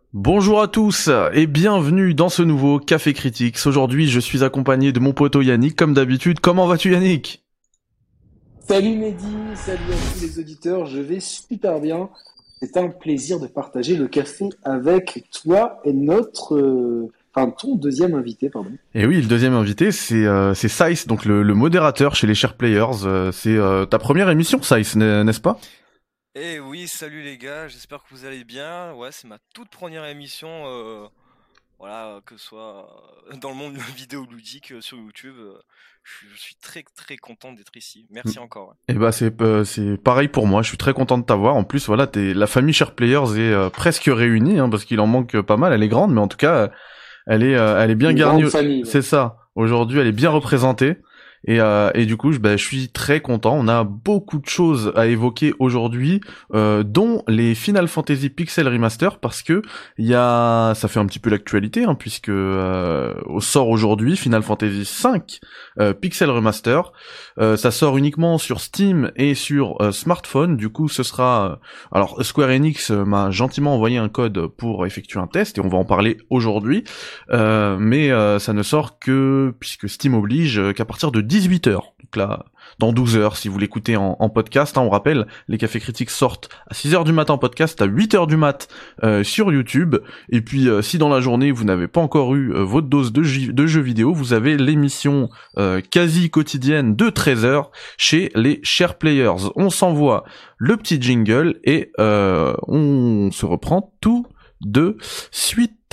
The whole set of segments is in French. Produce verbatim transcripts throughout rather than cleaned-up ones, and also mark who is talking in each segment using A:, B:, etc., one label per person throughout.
A: Bonjour à tous et bienvenue dans ce nouveau Café Critiques. Aujourd'hui, je suis accompagné de mon poteau Yannick, comme d'habitude. Comment vas-tu, Yannick?
B: Salut Mehdi, salut à tous les auditeurs, je vais super bien. C'est un plaisir de partager le café avec toi et notre, euh, enfin ton deuxième invité, pardon.
A: Et oui, le deuxième invité, c'est euh, c'est Saïs, donc le, le modérateur chez les Share Players. Euh, c'est euh, ta première émission, Saïs, n'est- n'est-ce pas?
C: Eh oui, salut les gars, j'espère que vous allez bien. Ouais, c'est ma toute première émission, euh, voilà, que ce soit euh, dans le monde vidéoludique euh, sur YouTube. euh, je, suis je suis très très content d'être ici. Merci encore. Ouais.
A: Et bah c'est euh, c'est pareil pour moi. Je suis très content de t'avoir. En plus, voilà, t'es la famille Share Players est euh, presque réunie, hein, parce qu'il en manque pas mal. Elle est grande, mais en tout cas, euh, elle est euh, elle est bien
B: Une
A: garnie.
B: grande famille, ouais.
A: C'est ça. Aujourd'hui, elle est bien représentée. Et, euh, et du coup, je, bah, je suis très content. On a beaucoup de choses à évoquer aujourd'hui, euh, dont les Final Fantasy Pixel Remaster, parce que il y a, ça fait un petit peu l'actualité, hein, puisque euh, au sort aujourd'hui Final Fantasy cinq euh, Pixel Remaster. Euh, ça sort uniquement sur Steam et sur euh, smartphone. Du coup, ce sera, euh, alors Square Enix euh, m'a gentiment envoyé un code pour effectuer un test et on va en parler aujourd'hui. Euh, mais euh, ça ne sort que, puisque Steam oblige, euh, qu'à partir de dix-huit heures. Donc là, dans douze heures, si vous l'écoutez en, en podcast, hein, on rappelle, les cafés critiques sortent à six heures du matin en podcast, à huit heures du mat euh, sur YouTube. Et puis, euh, si dans la journée, vous n'avez pas encore eu euh, votre dose de, ju- de jeux vidéo, vous avez l'émission euh, quasi quotidienne de treize heures chez les Share Players. On s'envoie le petit jingle et euh, on se reprend tout de suite.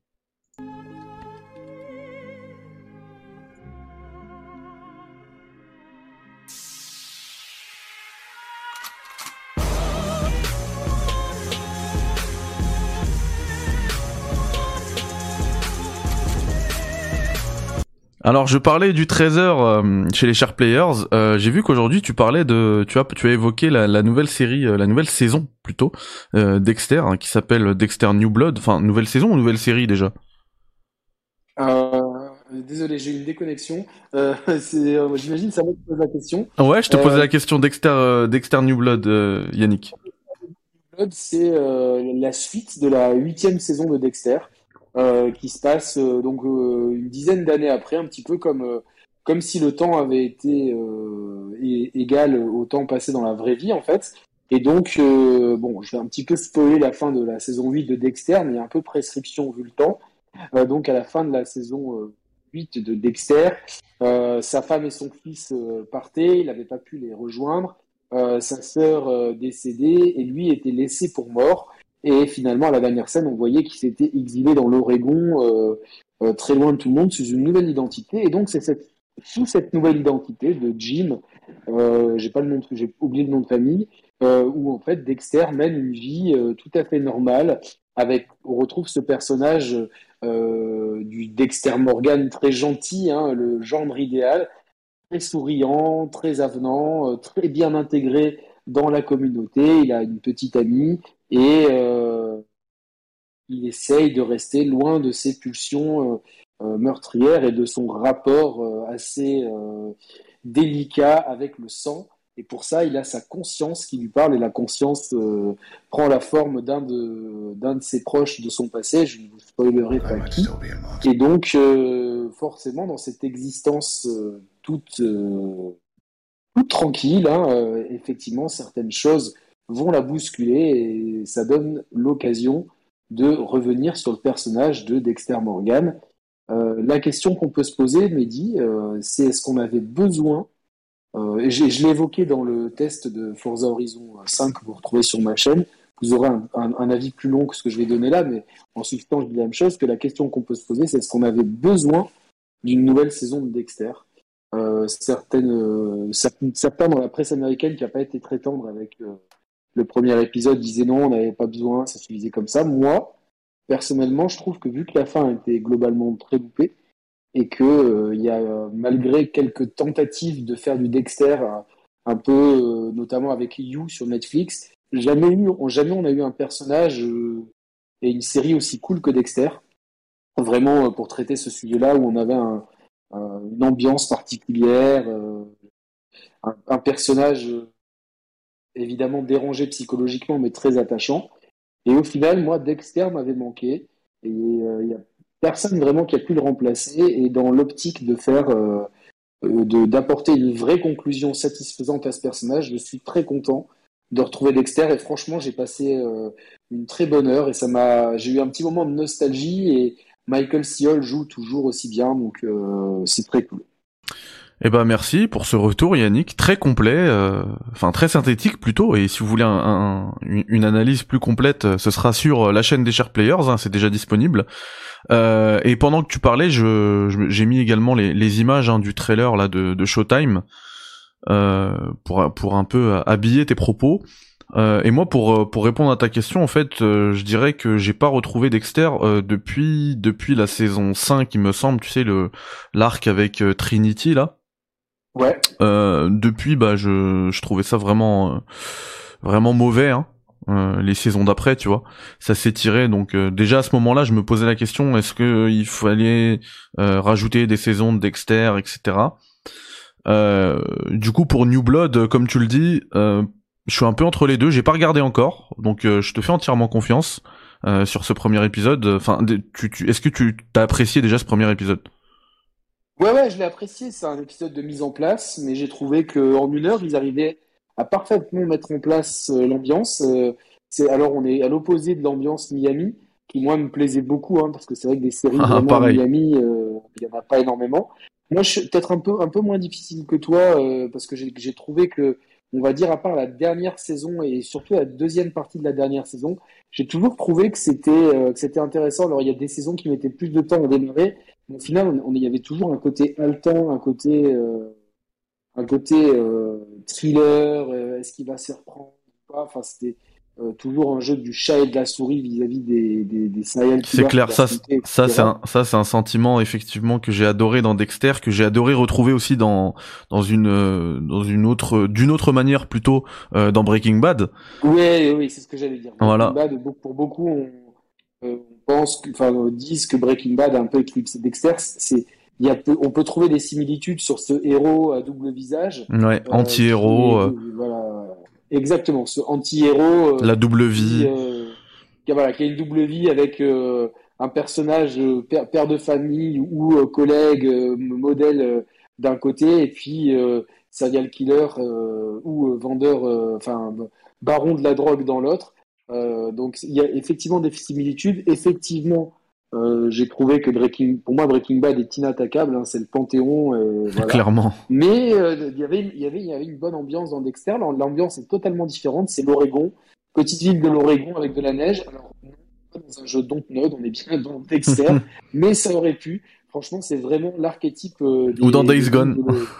A: Alors je parlais du Trésor euh, chez les Share Players. Euh, j'ai vu qu'aujourd'hui tu parlais de, tu as, tu as évoqué la, la nouvelle série, euh, la nouvelle saison plutôt euh, Dexter, hein, qui s'appelle Dexter New Blood. Enfin, nouvelle saison ou nouvelle série déjà?
B: Euh, désolé, j'ai eu une déconnexion. Euh, c'est, euh, j'imagine que ça va te poser la question.
A: Ouais, je te posais
B: Euh,
A: la question Dexter, euh, Dexter New Blood, euh, Yannick.
B: Blood, c'est euh, la suite de la huitième saison de Dexter, euh, qui se passe euh, donc euh, une dizaine d'années après, un petit peu comme euh, comme si le temps avait été euh, é- égal au temps passé dans la vraie vie en fait. Et donc euh, bon, je vais un petit peu spoiler la fin de la saison huit de Dexter, mais il y a un peu de prescription vu le temps. Euh, donc à la fin de la saison euh, huit de Dexter, euh, sa femme et son fils euh, partaient, il n'avait pas pu les rejoindre. Euh, sa sœur euh, décédée et lui était laissé pour mort. Et finalement, à la dernière scène, on voyait qu'il s'était exilé dans l'Oregon, euh, euh, très loin de tout le monde, sous une nouvelle identité. Et donc, c'est cette, sous cette nouvelle identité de Jim, euh, j'ai pas le nom, de- j'ai oublié le nom de famille, euh, où en fait Dexter mène une vie euh, tout à fait normale. Avec, on retrouve ce personnage euh, du Dexter Morgan très gentil, hein, le gendre idéal, très souriant, très avenant, euh, très bien intégré dans la communauté. Il a une petite amie et euh, il essaye de rester loin de ses pulsions euh, euh, meurtrières et de son rapport euh, assez euh, délicat avec le sang. Et pour ça, il a sa conscience qui lui parle, et la conscience euh, prend la forme d'un de, d'un de ses proches de son passé, je ne vous spoilerai pas qui. Et donc, euh, forcément, dans cette existence euh, toute, euh, toute tranquille, hein, euh, effectivement, certaines choses vont la bousculer et ça donne l'occasion de revenir sur le personnage de Dexter Morgan. Euh, la question qu'on peut se poser, Mehdi, euh, c'est est-ce qu'on avait besoin, euh, et j'ai- je l'ai évoqué dans le test de Forza Horizon cinq que vous retrouvez sur ma chaîne, vous aurez un, un- un avis plus long que ce que je vais donner là, mais en substance, je dis la même chose, que la question qu'on peut se poser, c'est est-ce qu'on avait besoin d'une nouvelle saison de Dexter. Euh, certaines, euh, certaines- certains dans la presse américaine qui n'a pas été très tendre avec euh, le premier épisode disaient non, on n'avait pas besoin, ça suffisait comme ça. Moi, personnellement, je trouve que vu que la fin était globalement très loupée et que euh, il y a euh, malgré quelques tentatives de faire du Dexter un, un peu, euh, notamment avec You sur Netflix, jamais eu, jamais on a eu un personnage euh, et une série aussi cool que Dexter vraiment euh, pour traiter ce sujet-là où on avait un, un- une ambiance particulière, euh, un, un personnage euh, évidemment dérangé psychologiquement mais très attachant. Et au final, moi, Dexter m'avait manqué. Et il euh, y a personne vraiment qui a pu le remplacer. Et dans l'optique de faire, euh, de, d'apporter une vraie conclusion satisfaisante à ce personnage, je suis très content de retrouver Dexter. Et franchement, j'ai passé euh, une très bonne heure. Et ça m'a, j'ai eu un petit moment de nostalgie. Et Michael C. Hall joue toujours aussi bien. Donc, euh, c'est très cool.
A: Eh ben merci pour ce retour Yannick, très complet, euh, enfin très synthétique plutôt, et si vous voulez un, un, une analyse plus complète, ce sera sur la chaîne des Chers Players, hein, c'est déjà disponible. Euh, et pendant que tu parlais, je, je j'ai mis également les, les images hein, du trailer là de, de Showtime euh, pour pour un peu habiller tes propos. Euh, et moi pour pour répondre à ta question, en fait, euh, je dirais que j'ai pas retrouvé Dexter euh, depuis depuis la saison cinq, il me semble, tu sais le l'arc avec euh, Trinity là.
B: Ouais.
A: Euh, depuis, bah, je, je trouvais ça vraiment, euh, vraiment mauvais. Hein. Euh, les saisons d'après, tu vois, ça s'est tiré. Donc euh, déjà à ce moment-là, je me posais la question est-ce que euh, il fallait euh, rajouter des saisons de Dexter, et cetera. Euh, du coup, pour New Blood, comme tu le dis, euh, je suis un peu entre les deux. J'ai pas regardé encore, donc euh, je te fais entièrement confiance euh, sur ce premier épisode. Enfin, tu, tu, est-ce que tu t'as apprécié déjà ce premier épisode?
B: Ouais, ouais, je l'ai apprécié. C'est un épisode de mise en place, mais j'ai trouvé qu'en une heure, ils arrivaient à parfaitement mettre en place euh, l'ambiance. Euh, c'est, alors, on est à l'opposé de l'ambiance Miami, qui, moi, me plaisait beaucoup, hein, parce que c'est vrai que des séries
A: Ah,
B: vraiment à
A: pareil.
B: Miami, euh, il n'y en a pas énormément. Moi, je suis peut-être un peu, un peu moins difficile que toi, euh, parce que j'ai, j'ai trouvé que, on va dire, à part la dernière saison et surtout la deuxième partie de la dernière saison, j'ai toujours trouvé que c'était, euh, que c'était intéressant. Alors, il y a des saisons qui mettaient plus de temps à démarrer. Mais au final, on, on, il y avait toujours un côté haletant, un côté, euh, un côté euh, thriller. Euh, est-ce qu'il va se reprendre ou pas? Enfin, c'était euh, toujours un jeu du chat et de la souris vis-à-vis des, des, des serial killers.
A: C'est clair, ça, ça c'est un, ça c'est un sentiment effectivement que j'ai adoré dans Dexter, que j'ai adoré retrouver aussi dans dans une euh, dans une autre d'une autre manière plutôt euh, dans Breaking Bad.
B: Oui, oui, c'est ce que j'allais dire. Breaking
A: voilà.
B: Bad, pour beaucoup, on, euh, on pense, que, enfin, disent que Breaking Bad a un peu éclipsé Dexter. C'est, il y a peu, on peut trouver des similitudes sur ce héros à double visage.
A: Ouais, euh, anti-héros.
B: Est, euh... Voilà, exactement, ce anti-héros. Euh,
A: la double vie.
B: Qui, euh, qui, voilà, qui a une double vie avec euh, un personnage euh, père, père de famille ou euh, collègue, euh, modèle euh, d'un côté, et puis euh, serial killer euh, ou euh, vendeur, enfin euh, baron de la drogue dans l'autre. Euh, donc il y a effectivement des similitudes. Effectivement, euh, j'ai trouvé que Breaking, pour moi, Breaking Bad est inattaquable. Hein, c'est le panthéon. Euh, voilà.
A: Clairement.
B: Mais euh, il y avait, il y avait, il y avait une bonne ambiance dans Dexter. L'ambiance est totalement différente. C'est l'Oregon, petite ville de l'Oregon avec de la neige. Alors on n'est pas dans un jeu Dontnod, on est bien dans Dexter, mais ça aurait pu. Franchement, c'est vraiment l'archétype. Euh, des,
A: Ou dans Days Gone.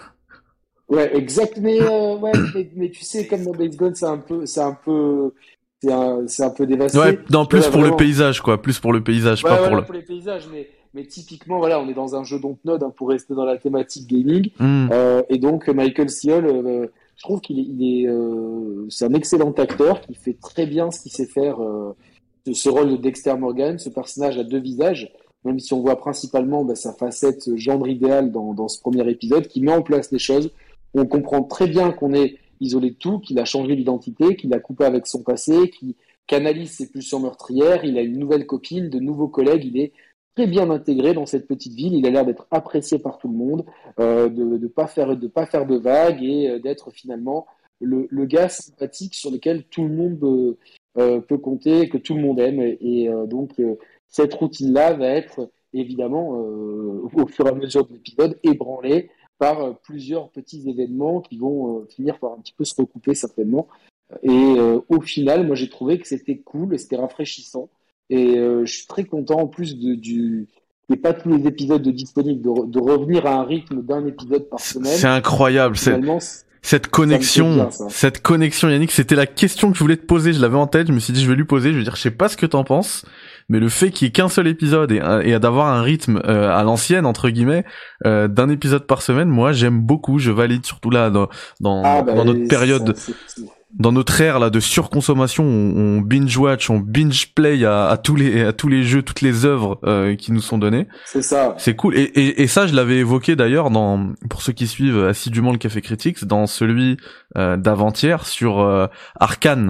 B: De... Ouais, exact. Mais, euh, ouais, mais, mais tu sais, comme dans Days Gone, c'est un peu, c'est un peu. C'est un, c'est un peu dévasté.
A: Ouais, non, plus
B: voilà,
A: pour
B: vraiment...
A: le paysage, quoi. Plus pour le paysage,
B: ouais,
A: pas
B: voilà,
A: pour le...
B: pour les paysages, mais, mais typiquement, voilà, on est dans un jeu Dontnod, hein, pour rester dans la thématique gaming.
A: Mm.
B: Euh, et donc, Michael C. Hall, euh, je trouve qu'il est, il est, euh, c'est un excellent acteur qui fait très bien ce qu'il sait faire, euh, de ce rôle de Dexter Morgan, ce personnage à deux visages, même si on voit principalement bah, sa facette gendre idéal dans, dans ce premier épisode, qui met en place les choses. On comprend très bien qu'on est isolé de tout, qu'il a changé d'identité, qu'il a coupé avec son passé, qu'il canalise ses pulsions meurtrières, il a une nouvelle copine, de nouveaux collègues, il est très bien intégré dans cette petite ville, il a l'air d'être apprécié par tout le monde, euh, de ne pas faire de pas faire de vagues et euh, d'être finalement le, le gars sympathique sur lequel tout le monde euh, euh, peut compter, que tout le monde aime. Et, et euh, donc euh, cette routine-là va être évidemment euh, au fur et à mesure de l'épisode ébranlée par euh, plusieurs petits événements qui vont euh, finir par un petit peu se recouper certainement. Et euh, au final, moi j'ai trouvé que c'était cool, c'était rafraîchissant. Et euh, je suis très content en plus de, du... Il n'y a pas tous les épisodes de disponibles, de, de revenir à un rythme d'un épisode par semaine.
A: C'est incroyable,
B: Finalement,
A: c'est... Cette connexion,
B: bien,
A: cette connexion, Yannick, c'était la question que je voulais te poser. Je l'avais en tête. Je me suis dit, je vais lui poser. Je vais dire, je sais pas ce que t'en penses, mais le fait qu'il y ait qu'un seul épisode et, et d'avoir un rythme euh, à l'ancienne entre guillemets euh, d'un épisode par semaine, moi, j'aime beaucoup. Je valide surtout là dans dans,
B: ah, bah,
A: dans notre période.
B: Ça, c'est...
A: Dans notre ère là de surconsommation, on, on binge watch, on binge play à, à tous les à tous les jeux, toutes les œuvres euh, qui nous sont données.
B: C'est ça.
A: C'est cool. Et, et, et ça, je l'avais évoqué d'ailleurs dans pour ceux qui suivent assidûment le Café Critiques, dans celui euh, d'avant-hier sur euh, Arcane.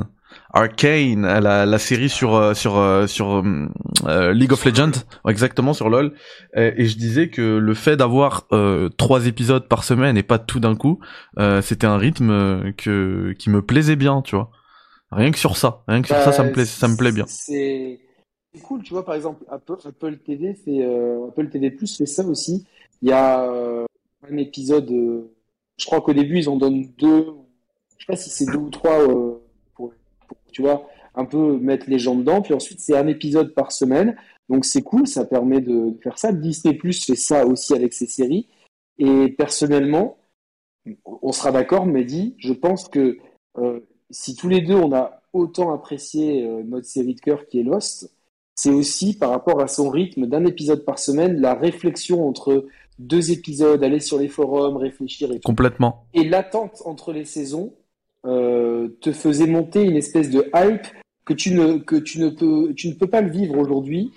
A: Arcane, la, la série sur euh, sur euh, sur euh, League of Legends, ouais, exactement sur LoL. Et, et je disais que le fait d'avoir euh, trois épisodes par semaine et pas tout d'un coup, euh, c'était un rythme que qui me plaisait bien, tu vois. Rien que sur ça, rien que sur
B: Bah,
A: ça, ça me plaît, ça me plaît bien.
B: c'est c'est cool, tu vois, par exemple, Apple, Apple T V fait, euh, Apple T V Plus fait ça aussi. Il y a euh, un épisode, euh, je crois qu'au début, ils en donnent deux, je sais pas si c'est deux ou trois, euh, pour, pour, tu vois, un peu mettre les gens dedans. Puis ensuite, c'est un épisode par semaine. Donc c'est cool, ça permet de, de faire ça. Disney Plus fait ça aussi avec ses séries. Et personnellement, on sera d'accord, Mehdi, je pense que euh, si tous les deux on a autant apprécié euh, notre série de cœur qui est Lost, c'est aussi par rapport à son rythme d'un épisode par semaine, la réflexion entre deux épisodes, aller sur les forums, réfléchir et tout,
A: Complètement.
B: et l'attente entre les saisons euh, te faisait monter une espèce de hype que tu ne, que tu ne, peux, tu ne peux pas le vivre aujourd'hui.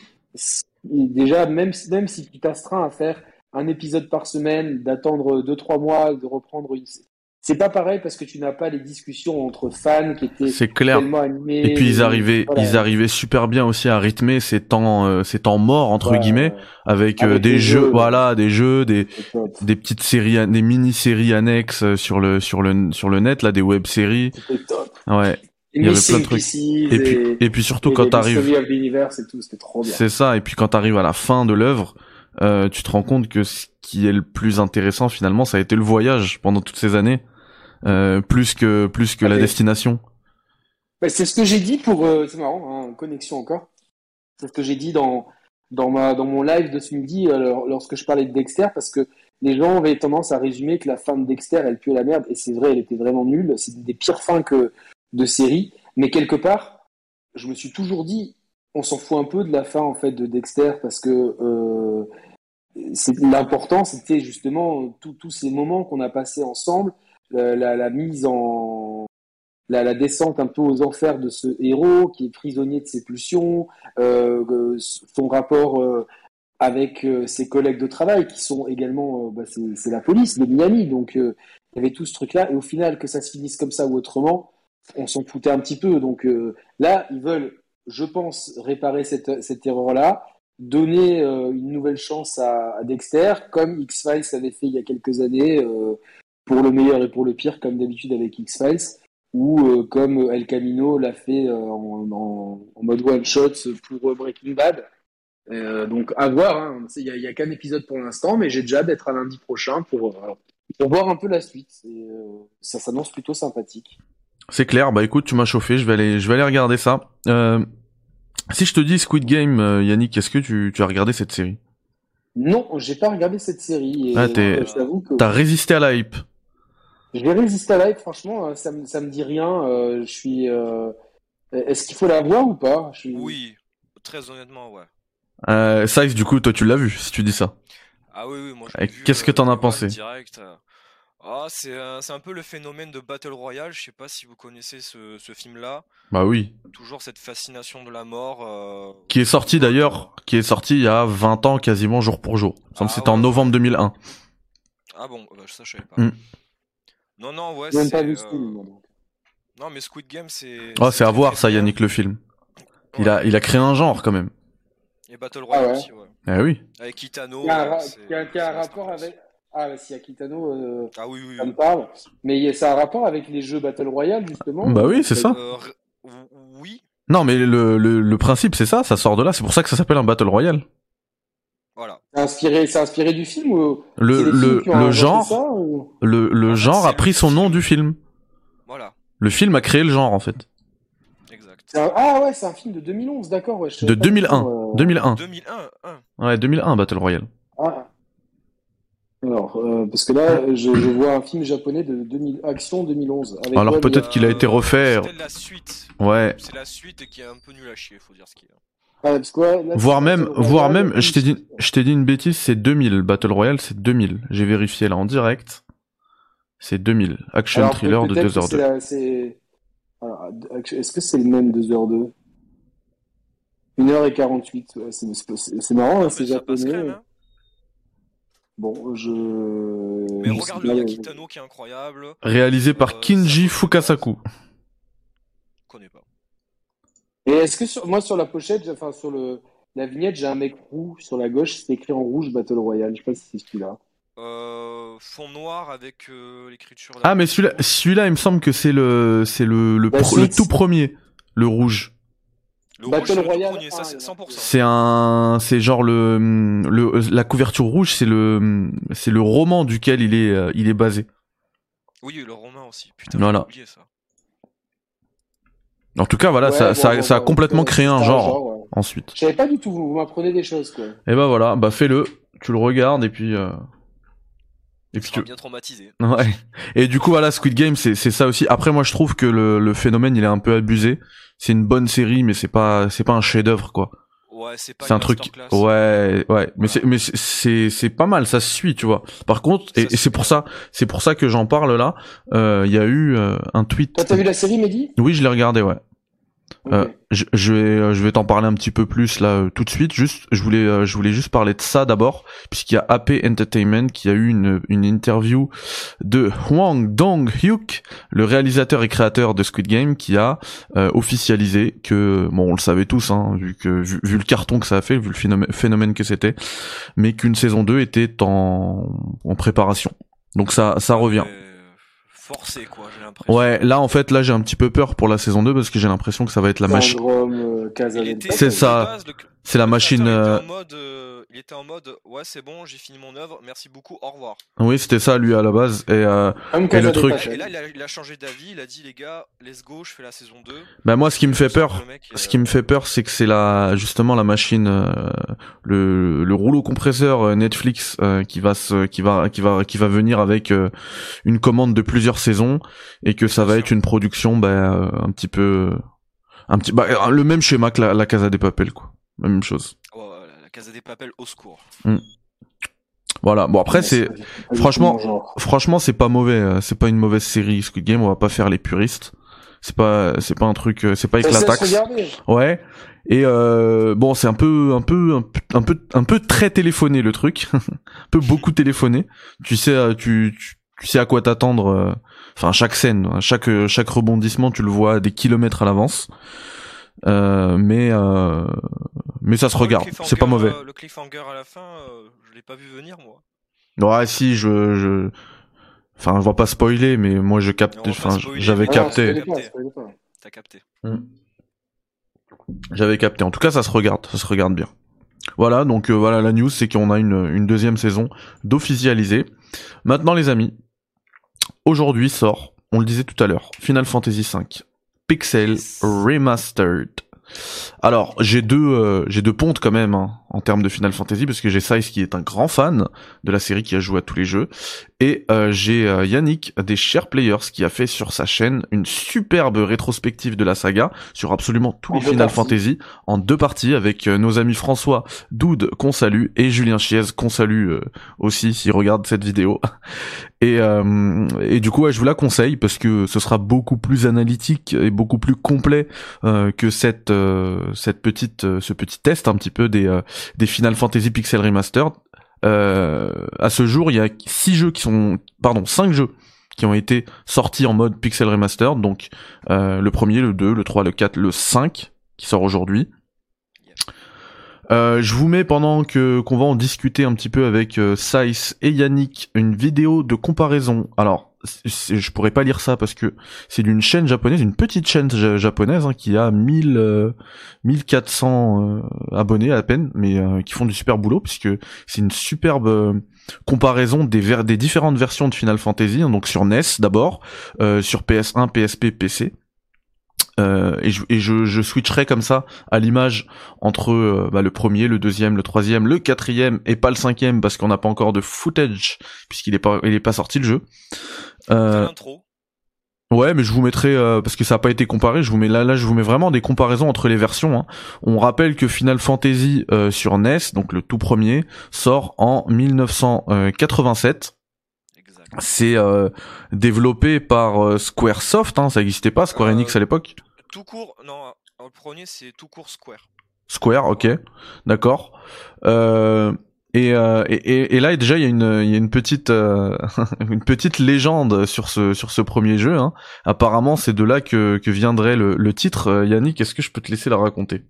B: Déjà, même, même si tu t'astreins à faire un épisode par semaine, d'attendre deux trois mois, de reprendre une... C'est pas pareil parce que tu n'as pas les discussions entre fans qui étaient
A: C'est clair.
B: tellement animés.
A: Et puis ils arrivaient,
B: voilà.
A: ils arrivaient super bien aussi à rythmer ces temps, euh, ces temps morts entre
B: Ouais,
A: guillemets,
B: ouais.
A: avec, euh,
B: Avec
A: des
B: les
A: jeux,
B: jeux,
A: voilà, des jeux, des,
B: C'est top.
A: des petites séries, des mini-séries annexes sur le, sur le, sur le net, là, des web-séries.
B: C'était top.
A: Ouais.
B: Et
A: Il y avait
B: Missing
A: plein de trucs.
B: Pieces
A: Et puis,
B: et,
A: et puis surtout
B: et
A: quand
B: les
A: t'arrives,
B: Mystery of the Universe et tout, c'était trop bien.
A: c'est ça. Et puis quand t'arrives à la fin de l'œuvre, euh, tu te rends compte que ce qui est le plus intéressant finalement, ça a été le voyage pendant toutes ces années, euh, plus que, plus que
B: Ah,
A: la
B: mais-
A: destination.
B: Bah, c'est ce que j'ai dit pour. Euh, c'est marrant, hein, connexion encore. C'est ce que j'ai dit dans, dans, ma, dans mon live de ce midi euh, lorsque je parlais de Dexter, parce que les gens avaient tendance à résumer que la fin de Dexter, elle puait la merde, et c'est vrai, elle était vraiment nulle. C'était des pires fins que de série. Mais quelque part, je me suis toujours dit, on s'en fout un peu de la fin en fait de Dexter, parce que euh, c'est, l'important, c'était justement tous ces moments qu'on a passés ensemble, la, la, la mise en la, la descente un peu aux enfers de ce héros qui est prisonnier de ses pulsions, euh, euh, son rapport euh, avec euh, ses collègues de travail qui sont également, euh, bah, c'est, c'est la police de Miami, donc euh, il y avait tout ce truc-là, et au final, que ça se finisse comme ça ou autrement, on s'en foutait un petit peu. Donc euh, là, ils veulent, je pense, réparer cette, cette erreur-là, donner euh, une nouvelle chance à, à Dexter, comme X-Files l'avait fait il y a quelques années, euh, pour le meilleur et pour le pire, comme d'habitude avec X-Files, ou euh, comme El Camino l'a fait euh, en, en, en mode one-shot pour euh, Breaking Bad. Euh, donc à voir, hein. Il y a, il y a qu'un épisode pour l'instant, mais j'ai déjà hâte d'être à lundi prochain pour, euh, pour voir un peu la suite. Et, euh, ça s'annonce plutôt sympathique.
A: C'est clair. Bah écoute, tu m'as chauffé. Je vais aller, je vais aller regarder ça. Euh, si je te dis Squid Game, euh, Yannick, est-ce que tu, tu as regardé cette série?
B: Non, j'ai pas regardé cette série et
A: Ah, t'es-
B: euh, je t'avoue que
A: T'as résisté à la hype.
B: je vais résister à la hype, franchement, euh, ça me, ça me dit rien. euh, je suis. euh, Est-ce qu'il faut la voir ou pas? Je suis...
C: Oui, très honnêtement, ouais.
A: Euh, Sykes, du coup, toi, tu l'as vu, si tu dis ça.
C: Ah oui, oui, moi je
A: Et
C: l'ai vu.
A: qu'est-ce que
C: euh,
A: t'en as
C: Day
A: pensé?
C: One direct. euh. Ah, c'est euh, c'est un peu le phénomène de Battle Royale. Je sais pas si vous connaissez ce, ce film-là.
A: Bah oui.
C: Toujours cette fascination de la mort. euh,
A: Qui est sorti
C: en mode,
A: d'ailleurs, qui est sorti il y a vingt ans quasiment jour pour jour. Il me semble que
C: Ah
A: c'était en
C: ouais,
A: novembre deux mille un.
C: euh, Ah bon, bah, ça je savais pas.
A: Mm.
C: Non, non, ouais,
B: J'ai même
C: c'est.
B: pas vu ce
C: euh,
B: film. moi, donc.
C: Non, mais Squid Game, c'est.
A: Oh, c'est à
C: très,
A: voir
C: très
A: ça,
C: bien.
A: Yannick, le film. Il
C: Ouais.
A: a, il a créé un genre quand même.
C: Et Battle Royale
B: Ah ouais.
C: aussi, ouais.
A: Eh oui.
C: Avec Kitano.
B: Il y a un,
C: euh,
B: ra-
C: c'est-
B: il y a- il y a un
C: c'est
B: rapport
C: masterclass.
B: avec. Ah, bah, s'il y a Kitano, euh,
C: Ah oui, oui,
B: ça me
C: oui.
B: parle. Mais il y a- ça a un rapport avec les jeux Battle Royale, justement.
A: Bah
B: ou-
A: oui, c'est ça.
C: Euh, r- oui,
A: Non, mais le, le, le principe, c'est ça, ça sort de là. C'est pour ça que ça s'appelle un Battle Royale.
C: voilà.
B: C'est inspiré, c'est inspiré du film ou
A: Le,
B: c'est les films
A: le,
B: qui ont
A: le
B: inventé
A: genre,
B: ça, ou...
A: le, le
C: En fait,
A: genre
C: c'est
A: a
C: le
A: pris son nom
C: film.
A: du film.
C: Voilà,
A: Le film a créé le genre, en fait.
C: exact.
B: C'est un- Ah ouais, c'est un film de deux mille onze, d'accord. Ouais, je savais
A: De
B: pas du
A: deux mille un.
B: tout, euh,
A: deux mille un.
C: deux mille un, un.
A: Ouais, deux mille un, Battle Royale.
B: Ah. Alors, euh, parce que là, je, je vois un film japonais de deux mille, Action deux mille onze. Avec
A: Alors
B: quoi,
A: peut-être
B: le-
A: qu'il a été refait.
C: C'était la suite.
A: Ouais.
C: C'est la suite qui est un peu nul à chier, faut dire ce qu'il y a.
B: Ah, parce que, ouais, là,
A: Voire
B: c'est
A: même,
B: Battle
A: voire
B: Royale,
A: même, je t'ai dit, je t'ai dit une bêtise, c'est deux mille. Battle Royale, c'est deux mille. J'ai vérifié là en direct. C'est deux mille. Action
B: Alors,
A: thriller de
B: peut-être
A: deux
B: que
A: heures
B: c'est
A: deux.
B: la- c'est- alors, est-ce que c'est le même deux heures deux? une heure quarante-huit. Ouais, c'est, c'est, c'est marrant, hein,
C: Ah,
B: c'est
C: mais ça passe
B: japonais.
C: crème, hein.
B: Bon, je.
C: Mais
B: je sais
C: regarde
B: pas,
C: le, il y a
B: euh,
C: Kitano qui est incroyable.
A: Réalisé par
C: Euh,
A: Kinji
C: ça-
A: Fukasaku.
C: Je connais pas.
B: Et est-ce que sur, moi sur la pochette, enfin sur le la vignette, j'ai un mec roux sur la gauche, c'est écrit en rouge Battle Royale. Je sais pas si c'est celui-là.
C: Euh, fond noir avec euh, l'écriture
A: Ah,
C: là.
A: mais celui-là, celui-là, il me semble que c'est le, c'est le, le,
B: La
A: pro- le
B: suite.
A: tout premier, le rouge.
C: Le
B: Battle
C: rouge, c'est le tout
B: Royale
C: premier, ça
B: un,
C: c'est
B: il y en a
C: cent pour cent.
A: C'est un, c'est genre le, le, la couverture rouge, c'est le, c'est le roman duquel il est, euh, il est basé.
C: Oui, le romain aussi. Putain,
A: Voilà.
C: j'ai oublié ça.
A: En tout cas, voilà,
B: Ouais,
A: ça,
B: bon,
A: ça,
B: bon,
A: ça a
B: bon,
A: complètement
B: en tout cas,
A: créé un
B: c'est
A: genre,
B: ouais.
A: ensuite.
B: Je savais pas du tout, vous, vous m'apprenez des choses, quoi.
A: Et bah voilà, bah fais-le, tu le regardes et puis, euh... et
C: Il
A: puis
C: sera
A: tu...
C: bien traumatisé.
A: Ouais. Et du coup, voilà, Squid Game, c'est, c'est ça aussi. Après, moi, je trouve que le, le phénomène, il est un peu abusé. C'est une bonne série, mais c'est pas, c'est pas un chef-d'œuvre, quoi.
C: Ouais, c'est pas
A: C'est
C: une
A: un truc,
C: masterclass.
A: ouais, ouais, mais
C: Voilà.
A: c'est, mais c'est, c'est, c'est pas mal, ça se suit, tu vois. Par contre,
C: Ça
A: et,
C: se
A: et c'est
C: suit
A: pour
C: bien.
A: ça, c'est pour ça que j'en parle là. Euh, Il y a eu euh, un tweet.
B: Toi, t'as vu la série, Mehdi?
A: Oui, je l'ai regardé, ouais.
B: Ok.
A: Euh, je, je vais, euh, je vais t'en parler un petit peu plus là euh, tout de suite. Juste, je voulais, euh, je voulais juste parler de ça d'abord, puisqu'il y a A P Entertainment qui a eu une, une interview de Hwang Dong-hyuk, le réalisateur et créateur de Squid Game, qui a euh, officialisé que, bon, on le savait tous, hein, vu que vu, vu le carton que ça a fait, vu le phénomène, phénomène que c'était, mais qu'une saison deux était en, en préparation. Donc ça, ça revient.
C: Mais, forcé quoi, j'ai l'impression.
A: Ouais, là en fait, là j'ai un petit peu peur pour la saison deux parce que j'ai l'impression que ça va être la machine.
B: Syndrome, euh, Casa
C: Il
B: del
C: était,
B: Papel.
A: C'est
C: de
A: ça.
C: base, le-
A: C'est la
C: le
A: machine.
C: créateur
A: euh,
C: était en mode, euh, il était en mode, ouais c'est bon, j'ai fini mon œuvre, merci beaucoup, au revoir.
A: Oui, c'était ça lui à la base. Et euh,
B: Comme
A: Et
B: Casa
A: le
B: del
A: truc-
B: Papel.
C: Et là, il a, il a changé d'avis, il a dit les gars, let's go, je fais la saison deux.
A: bah moi, ce qui me fait
C: Je sens
A: peur,
C: que le mec,
A: ce
C: euh,
A: qui me fait peur, c'est que c'est la justement la machine, euh, le, le rouleau compresseur euh, Netflix euh, qui va se, qui va, qui va, qui va venir avec euh, une commande de plusieurs saisons et que ça
C: Bien
A: va
C: sûr.
A: être une production, bah, euh, un petit peu, un petit, bah, euh, le même schéma que la, la Casa des Papel, quoi. La même chose.
C: ouais, la Casa des Papel au secours.
A: Voilà. Bon après,
B: Ouais,
A: c'est,
B: pas du- pas du tout
A: franchement-
B: mon genre.
A: franchement, c'est pas mauvais. euh, C'est pas une mauvaise série Squid Game. On va pas faire les puristes. C'est pas, c'est pas un truc, euh, c'est pas
B: Ça se laisse
A: éclataxe.
B: regarder.
A: Ouais. Et euh, bon, c'est un peu, un peu, un peu, un peu, un peu très téléphoné le truc, un peu beaucoup téléphoné. Tu sais, euh, tu, tu, tu sais à quoi t'attendre. euh, Enfin, chaque scène, hein, chaque, euh, chaque rebondissement, tu le vois à des kilomètres à l'avance. Euh, mais, euh, mais ça se
C: Moi, le
A: regarde. C'est pas
C: cliffhanger,
A: mauvais.
C: euh, le cliffhanger à la fin, euh, je l'ai pas vu venir moi.
A: Ouais, si, je, je, enfin, je vais pas spoiler, mais moi, je capte.
C: On va pas
A: Enfin,
C: spoiler,
A: j'avais
C: mais
B: Ah, non,
A: capté.
B: spoilez pas,
C: capté.
B: spoilez pas.
C: T'as capté.
A: J'avais capté. En tout cas, ça se regarde, ça se regarde bien. Voilà, donc euh, voilà, la news, c'est qu'on a une, une deuxième saison d'officialisée. Maintenant, les amis, aujourd'hui sort, on le disait tout à l'heure, Final Fantasy cinq, Pixel
C: Yes.
A: Remastered. Alors, j'ai deux, euh, j'ai deux pontes quand même hein, en termes de Final Fantasy parce que j'ai Size qui est un grand fan de la série, qui a joué à tous les jeux, et euh, j'ai euh, Yannick des Share Players qui a fait sur sa chaîne une superbe rétrospective de la saga sur absolument tous
B: En
A: les
B: deux
A: Final
B: parties.
A: Fantasy en deux parties avec euh, nos amis François Doud qu'on salue et Julien Chiez qu'on salue euh, aussi s'il regarde cette vidéo. Et, euh, et du coup, ouais, je vous la conseille parce que ce sera beaucoup plus analytique et beaucoup plus complet euh, que cette euh, cette petite euh, ce petit test un petit peu des euh, des Final Fantasy Pixel Remastered. Euh, à ce jour, il y a six jeux qui sont pardon cinq jeux qui ont été sortis en mode Pixel Remastered. Donc euh, le premier, le deux, le trois, le quatre, le cinq qui sort aujourd'hui. Euh, je vous mets pendant que qu'on va en discuter un petit peu avec euh, Saïs et Yannick une vidéo de comparaison. Alors, c'est- c'est- je pourrais pas lire ça parce que c'est d'une chaîne japonaise, une petite chaîne ja- japonaise hein, qui a mille euh, mille quatre cents euh, abonnés à peine, mais euh, qui font du super boulot puisque c'est une superbe euh, comparaison des ver- des différentes versions de Final Fantasy. Hein, donc sur N E S d'abord, euh, sur P S un, P S P, P C. Euh, et je, et je, je switcherai comme ça à l'image entre euh, bah, le premier, le deuxième, le troisième, le quatrième et pas le cinquième parce qu'on n'a pas encore de footage puisqu'il est pas, il est pas sorti le jeu. Euh,
C: L'intro.
A: ouais, mais je vous mettrai euh, parce que ça n'a pas été comparé. Je vous mets là, là, je vous mets vraiment des comparaisons entre les versions. Hein. On rappelle que Final Fantasy euh, sur N E S, donc le tout premier, sort en mille neuf cent quatre-vingt-sept.
C: Exact.
A: C'est euh, développé par euh, Squaresoft, hein, ça n'existait pas, Square
C: Euh,
A: Enix à l'époque.
C: Tout court, non, le premier c'est tout court Square.
A: Square, ok, d'accord. Euh, Et, euh, et, et, et là déjà il y a une, il y a une petite, euh, une petite légende sur ce, sur ce premier jeu. Hein. Apparemment, c'est de là que, que viendrait le, le titre. Euh, Yannick, est-ce que je peux te laisser la raconter?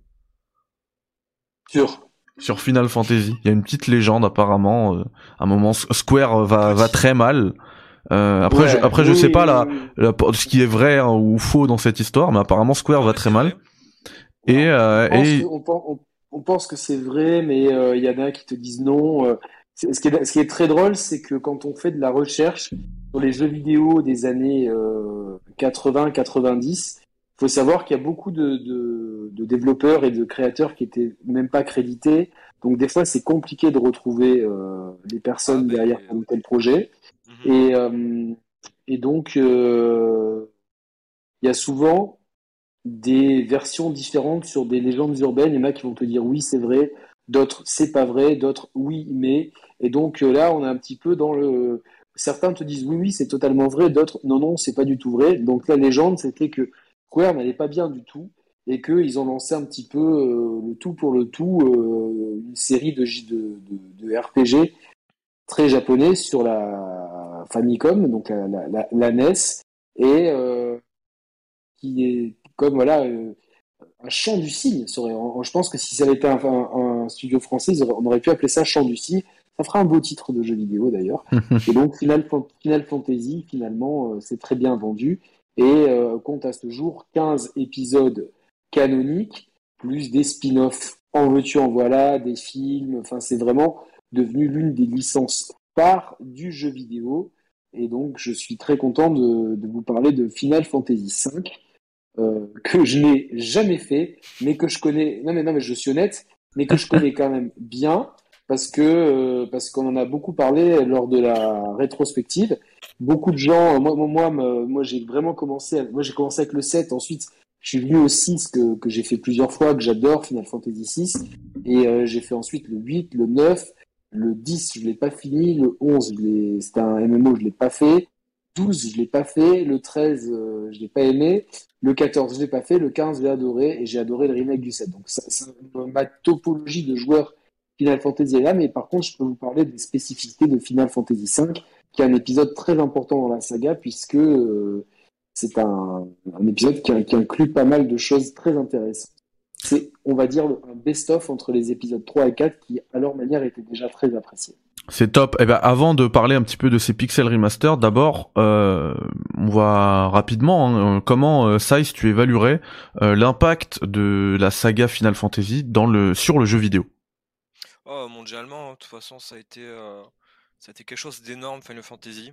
B: Sûr.
A: Sur Final Fantasy, il y a une petite légende apparemment. Euh, à un moment, Square va, va très mal. Euh, après,
B: Ouais,
A: je, après,
B: oui,
A: je sais pas
B: oui,
A: la,
B: oui.
A: la, ce qui est vrai hein, ou faux dans cette histoire, mais apparemment Square
C: Non,
A: va
C: mais
A: très
C: c'est
A: mal.
C: vrai.
A: Et,
B: Alors,
A: euh,
B: on pense que,
A: et
B: on, pen- on- on pense que c'est vrai, mais euh, il y en a qui te disent non. euh. C'est- ce qui est, ce qui est très drôle, c'est que quand on fait de la recherche sur les jeux vidéo des années euh, quatre-vingts quatre-vingt-dix, il faut savoir qu'il y a beaucoup de, de, de développeurs et de créateurs qui étaient même pas crédités. Donc des fois, c'est compliqué de retrouver euh, les
C: Ah,
B: personnes
C: ben.
B: derrière tel ou tel projet.
C: Mhm.
B: Et, euh, et donc, euh, il y a souvent des versions différentes sur des légendes urbaines. Il y en a qui vont te dire oui, c'est vrai, d'autres c'est pas vrai, d'autres oui, mais. Et donc euh, là, on est un petit peu dans le. Certains te disent oui, oui, c'est totalement vrai, d'autres non, non, c'est pas du tout vrai. Donc la légende, c'était que Square n'allait pas bien du tout et qu'ils ont lancé un petit peu euh, le tout pour le tout, euh, une série de, J- de, de, de R P G très japonais sur la Famicom, donc la, la, la, la N E S, et euh, qui est comme voilà euh, un chant du cygne. Ça aurait- je pense que si ça avait été un, un- un studio français, ils auraient- on aurait pu appeler ça chant du cygne. Ça fera un beau titre de jeu vidéo d'ailleurs. Et donc Final, Fan- Final Fantasy, finalement, euh, c'est très bien vendu et euh, compte à ce jour quinze épisodes canoniques, plus des spin-offs en veux-tu, en voilà, des films. Enfin, c'est vraiment devenu l'une des licences phares du jeu vidéo. Et donc, je suis très content de, de vous parler de Final Fantasy cinq, euh, que je n'ai jamais fait, mais que je connais. Non mais non mais je suis honnête, mais que je connais quand même bien parce que euh, parce qu'on en a beaucoup parlé lors de la rétrospective. Beaucoup de gens, moi moi moi, me- moi j'ai vraiment commencé. à- moi j'ai commencé avec le sept, ensuite je suis venu au six que que j'ai fait plusieurs fois, que j'adore, Final Fantasy six, et euh, j'ai fait ensuite le huit, le neuf, le dix je l'ai pas fini, le onze je l'ai- c'était un M M O, je l'ai pas fait. douze je l'ai pas fait, le treize euh, je l'ai pas aimé, le quatorze, je l'ai pas fait. Le quinze, j'ai adoré. Et j'ai adoré le remake du sept. Donc, ça, ça, ma topologie de joueurs Final Fantasy est là. Mais par contre, je peux vous parler des spécificités de Final Fantasy cinq, qui est un épisode très important dans la saga, puisque euh, c'est un, un épisode qui, qui inclut pas mal de choses très intéressantes. C'est, on va dire, un best-of entre les épisodes trois et quatre, qui, à leur manière, étaient déjà très appréciés.
A: C'est top. Eh ben, avant de parler un petit peu de ces Pixel Remaster, d'abord, euh, on va rapidement, hein, comment euh, Size, tu évaluerais euh, l'impact de la saga Final Fantasy dans le sur le jeu vidéo.
C: Oh, mondialement, de toute façon, ça a été, euh, ça a été quelque chose d'énorme, Final Fantasy.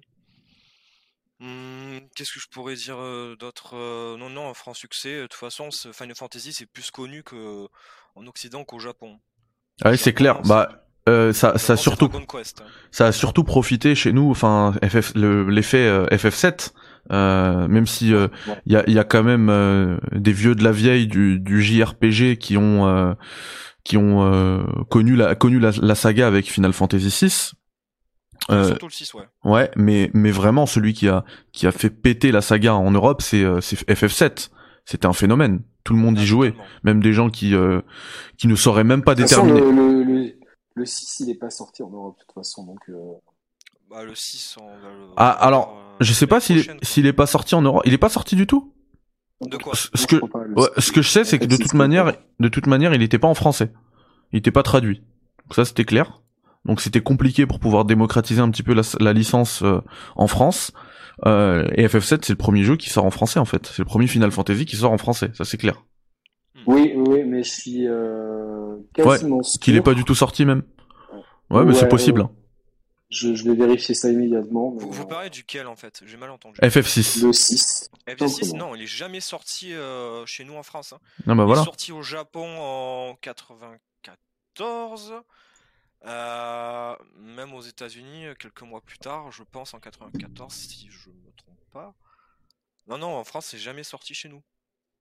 C: Hmm, qu'est-ce que je pourrais dire euh, d'autre? Euh, Non, non, un franc succès. De toute façon, ce Final Fantasy, c'est plus connu que en Occident qu'au Japon.
A: Ah
C: Au
A: oui, c'est clair.
C: Japon, c'est
A: Bah, euh, ça,
C: au
A: ça a
C: Japon, c'est
A: surtout,
C: Dragon Quest, hein.
A: ça a surtout profité chez nous. Enfin, F F, le, l'effet euh, F F sept. Euh, même si il
B: Ouais,
A: euh,
B: ouais.
A: y a, y a quand même euh, des vieux de la vieille du, du J R P G qui ont euh, qui ont euh, connu la connu la, la saga avec Final Fantasy six. Euh,
C: Surtout le six, ouais.
A: ouais, mais mais vraiment celui qui a qui a fait péter la saga en Europe, c'est euh, c'est F F sept. C'était un phénomène. Tout le monde y
C: Ah,
A: jouait,
C: totalement.
A: même des gens qui euh, qui ne sauraient même pas
B: De toute façon,
A: déterminer.
B: le, le, le, le six, il n'est pas sorti en Europe, de toute façon. Donc, euh,
C: Bah, le six, on va le,
A: Ah,
C: on va le voir
A: alors,
C: euh,
A: je sais
C: l'année
A: pas s'il est,
C: prochaine, quoi.
A: s'il est pas sorti en Europe. Il est pas sorti du tout?
C: De quoi?
A: Ce ce
B: non,
A: que,
B: je crois pas. Le
A: ouais,
B: six,
A: ce que je sais, c'est que de toute
B: F F six, non,
A: manière,
B: pas.
A: de toute manière, il était pas en français. Il était pas traduit. Donc ça, c'était clair. Donc c'était compliqué pour pouvoir démocratiser un petit peu la, la licence euh, en France. Euh, et F F sept, c'est le premier jeu qui sort en français, en fait. C'est le premier Final Fantasy qui sort en français. Ça, c'est clair.
B: Oui, oui, oui, mais je suis euh,
A: Ouais.
B: quasiment
A: Qu'il est pas du
B: sûr.
A: tout sorti, même. Ouais, mais c'est
B: Ouais,
A: possible.
B: ouais.
A: Hein.
B: Je, je vais vérifier ça immédiatement. Mais
C: Vous, vous
B: euh,
C: parlez duquel en fait? J'ai mal entendu.
A: F F six.
B: le six,
C: F
B: tout
C: six,
B: simplement.
C: non, il est jamais sorti euh, chez nous en France, hein.
A: Ah bah
C: Il est
A: voilà.
C: sorti au Japon en quatre-vingt-quatorze. Euh, même aux États-Unis, euh, quelques mois plus tard, je pense en quatre-vingt-quatorze, si je me trompe pas. Non, non, en France, c'est jamais sorti chez nous.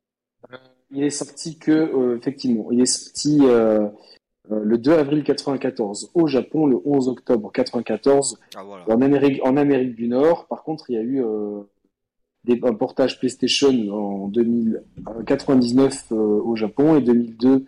B: Il est sorti que, euh, effectivement, il est sorti euh, euh, le deux avril quatre-vingt-quatorze au Japon, le onze octobre quatre-vingt-quatorze
C: Ah voilà.
B: en Amérique, en Amérique du Nord. Par contre, il y a eu euh, des, un portage PlayStation en deux mille quatre-vingt-dix-neuf euh, au Japon et deux mille deux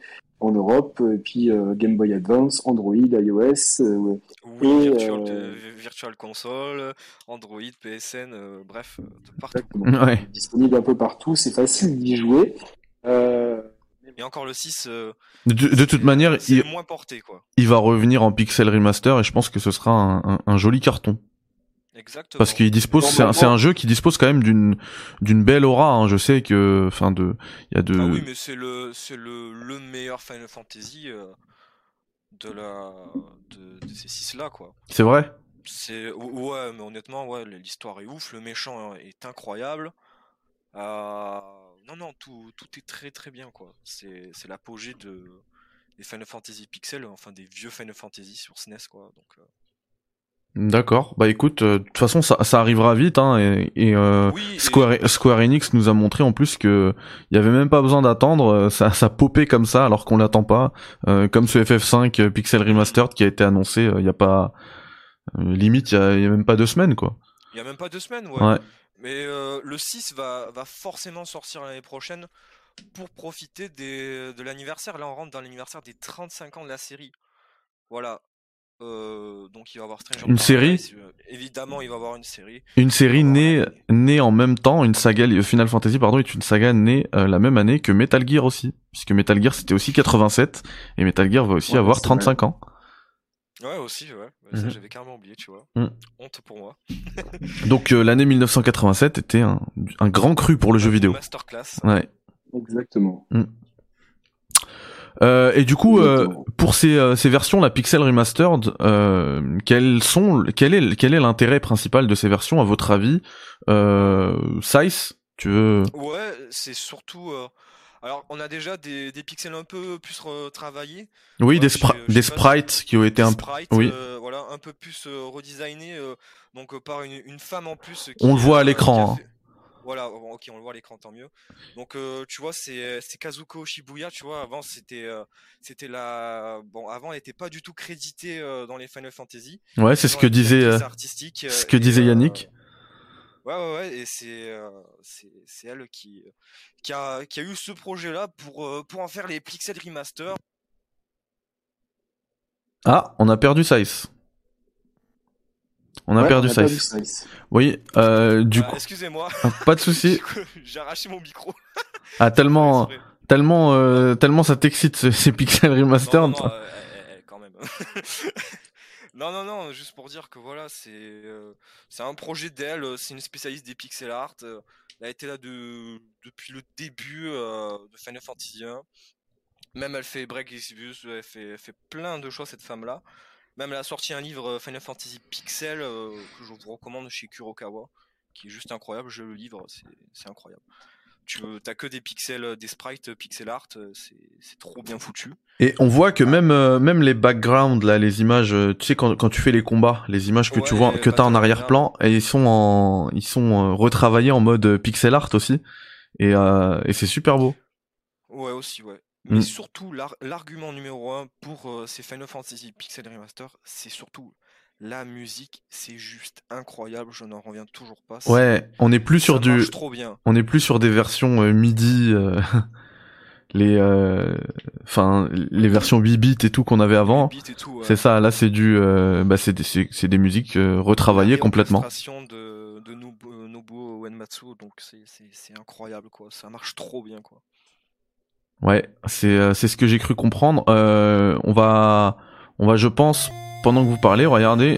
B: en Europe, et puis euh, Game Boy Advance, Android, iOS. Euh,
C: Oui,
B: et,
C: Virtual,
B: euh,
C: de- Virtual Console, Android, P S N, euh, bref, euh, de partout. Quoi.
B: exactement.
A: Ouais.
B: Disponible un peu partout, c'est facile d'y jouer. Euh,
C: Et encore le six, euh,
A: De, de
C: c'est,
A: toute manière,
C: c'est
A: il,
C: le moins porté, quoi.
A: il va revenir en pixel remaster et je pense que ce sera un, un, un joli carton.
C: Exactement.
A: Parce qu'il dispose, c'est un, c'est un jeu qui dispose quand même d'une d'une belle aura. Hein. Je sais que, enfin, de, il y a de.
C: Ah oui, mais c'est le, c'est le, le meilleur Final Fantasy euh, de la, de, de ces six-là, quoi.
A: C'est vrai.
C: C'est, ouais, mais honnêtement, ouais, l'histoire est ouf, le méchant est incroyable. Euh, non, non, tout, tout est très très bien, quoi. C'est, c'est l'apogée de, des Final Fantasy Pixel, enfin des vieux Final Fantasy sur S N E S, quoi. Donc, euh,
A: D'accord. Bah écoute, euh, de toute façon, ça, ça arrivera vite. Hein, et et euh,
C: oui,
A: Square,
C: et...
A: Square Enix nous a montré en plus que il y avait même pas besoin d'attendre. euh, Ça, ça popait comme ça alors qu'on l'attend pas. Euh, comme ce F F cinq euh, Pixel Remastered qui a été annoncé. euh, Il y a pas euh, limite, il y a, il y a même pas deux semaines quoi.
C: il y a même pas deux semaines, ouais.
A: Ouais.
C: Mais euh, le six va, va forcément sortir l'année prochaine pour profiter des, de l'anniversaire. Là, on rentre dans l'anniversaire des trente-cinq ans de la série. Voilà. Euh, donc il va y avoir Stranger
A: Une série.
C: Paradise. euh, évidemment, il va y avoir une série.
A: Une
C: Il va y
A: série
C: avoir
A: née
C: l'anime.
A: née en même temps, une saga euh, Final Fantasy pardon est une saga née euh, la même année que Metal Gear aussi, puisque Metal Gear c'était aussi quatre-vingt-sept et Metal Gear va aussi
B: Ouais,
A: avoir
B: c'est vrai.
A: trente-cinq ans.
C: Ouais, aussi, ouais. Bah, ça,
A: Mhm.
C: j'avais carrément oublié, tu vois.
A: Mhm.
C: Honte pour moi.
A: Donc euh, l'année mille neuf cent quatre-vingt-sept était un, un grand cru pour le jeu
C: Une
A: vidéo.
C: Masterclass.
A: Ouais.
B: Exactement.
A: Euh, et du coup, euh,
B: Exactement.
A: pour ces, euh, ces versions, la Pixel Remastered, euh, quels sont, quel est, quel est l'intérêt principal de ces versions à votre avis? Euh, Size, tu veux?
C: Ouais, c'est surtout. euh, Alors, on a déjà des, des pixels un peu plus retravaillés.
A: Oui,
C: Ouais,
A: des,
C: je
A: spri-
C: sais- je
A: des
C: sais pas si-
A: sprites qui ont été
C: des
A: un peu,
C: sprites,
A: oui,
C: euh, voilà, un peu plus euh, redesignés, euh, donc euh, par une, une femme en plus
A: on le
C: qui,
A: voit à
C: euh, qui a
A: l'écran. Hein.
C: fait. Voilà, bon, ok, on le voit à l'écran, tant mieux. Donc, euh, tu vois, c'est c'est Kazuko Shibuya, tu vois. Avant, c'était euh, c'était la. Bon, avant, elle n'était pas du tout créditée euh, dans les Final Fantasy.
A: Ouais, c'est ce
C: Maintenant,
A: que
C: elle est
A: disait, euh,
C: directrice artistique
A: ce
C: euh,
A: que
C: et
A: disait
C: euh,
A: Yannick.
C: ouais, ouais, ouais, et c'est euh, c'est c'est elle qui qui a qui a eu ce projet-là pour euh, pour en faire les Pixel Remaster.
A: Ah, on a perdu Size. On a
B: Ouais,
A: perdu
B: on a perdu
A: Size.
B: Size.
A: Oui, euh, du
C: Ah,
A: coup,
C: excusez-moi,
A: pas de souci.
C: Du coup, j'ai arraché mon micro.
A: Ah,
C: J'ai pas fait
A: tellement,
C: exprès.
A: tellement, euh, tellement ça t'excite ce- ces Pixel
C: Non, non,
A: Remastered.
C: non, euh, eh, eh, quand même. Non, non, non, juste pour dire que voilà, c'est euh, c'est un projet d'elle, euh, c'est une spécialiste des pixel art. euh, Elle a été là de, depuis le début euh, de Final Fantasy un. Même elle fait Break Exvius, elle fait, elle fait plein de choses cette femme-là. Même elle a sorti un livre euh, Final Fantasy Pixel euh, que je vous recommande chez Kurokawa, qui est juste incroyable. Je le livre, c'est c'est incroyable. Tu t'as que des pixels, euh, des sprites euh, pixel art, euh, c'est c'est trop bien foutu.
A: Et on voit que même euh, même les backgrounds là, les images, euh, tu sais quand quand tu fais les combats, les images que tu
C: Ouais,
A: vois
C: les
A: que t'as en
C: Battle Arena.
A: arrière-plan, et ils sont en ils sont euh, retravaillés en mode euh, pixel art aussi, et euh, et c'est super beau.
C: Ouais, aussi, ouais. Mais
A: Mm.
C: surtout, l'ar- l'argument numéro un pour euh, ces Final Fantasy Pixel Remaster, c'est surtout la musique. C'est juste incroyable, je n'en reviens toujours pas. c'est-
A: Ouais, on est plus
C: Ça
A: sur du
C: marche trop bien.
A: on est plus sur des versions euh, MIDI, euh, les euh, enfin les versions huit bits et tout qu'on avait avant.
C: huit bits et tout, ouais.
A: C'est ça, là c'est du euh, bah c'est des c'est c'est des musiques euh, retravaillées
C: La
A: complètement.
C: réorchestration de, de Nobu- Nobuo Uematsu, donc c'est c'est- c'est incroyable, quoi. Ça marche trop bien, quoi.
A: Ouais, c'est euh, c'est ce que j'ai cru comprendre. Euh, on va on va je pense pendant que vous parlez, regardez.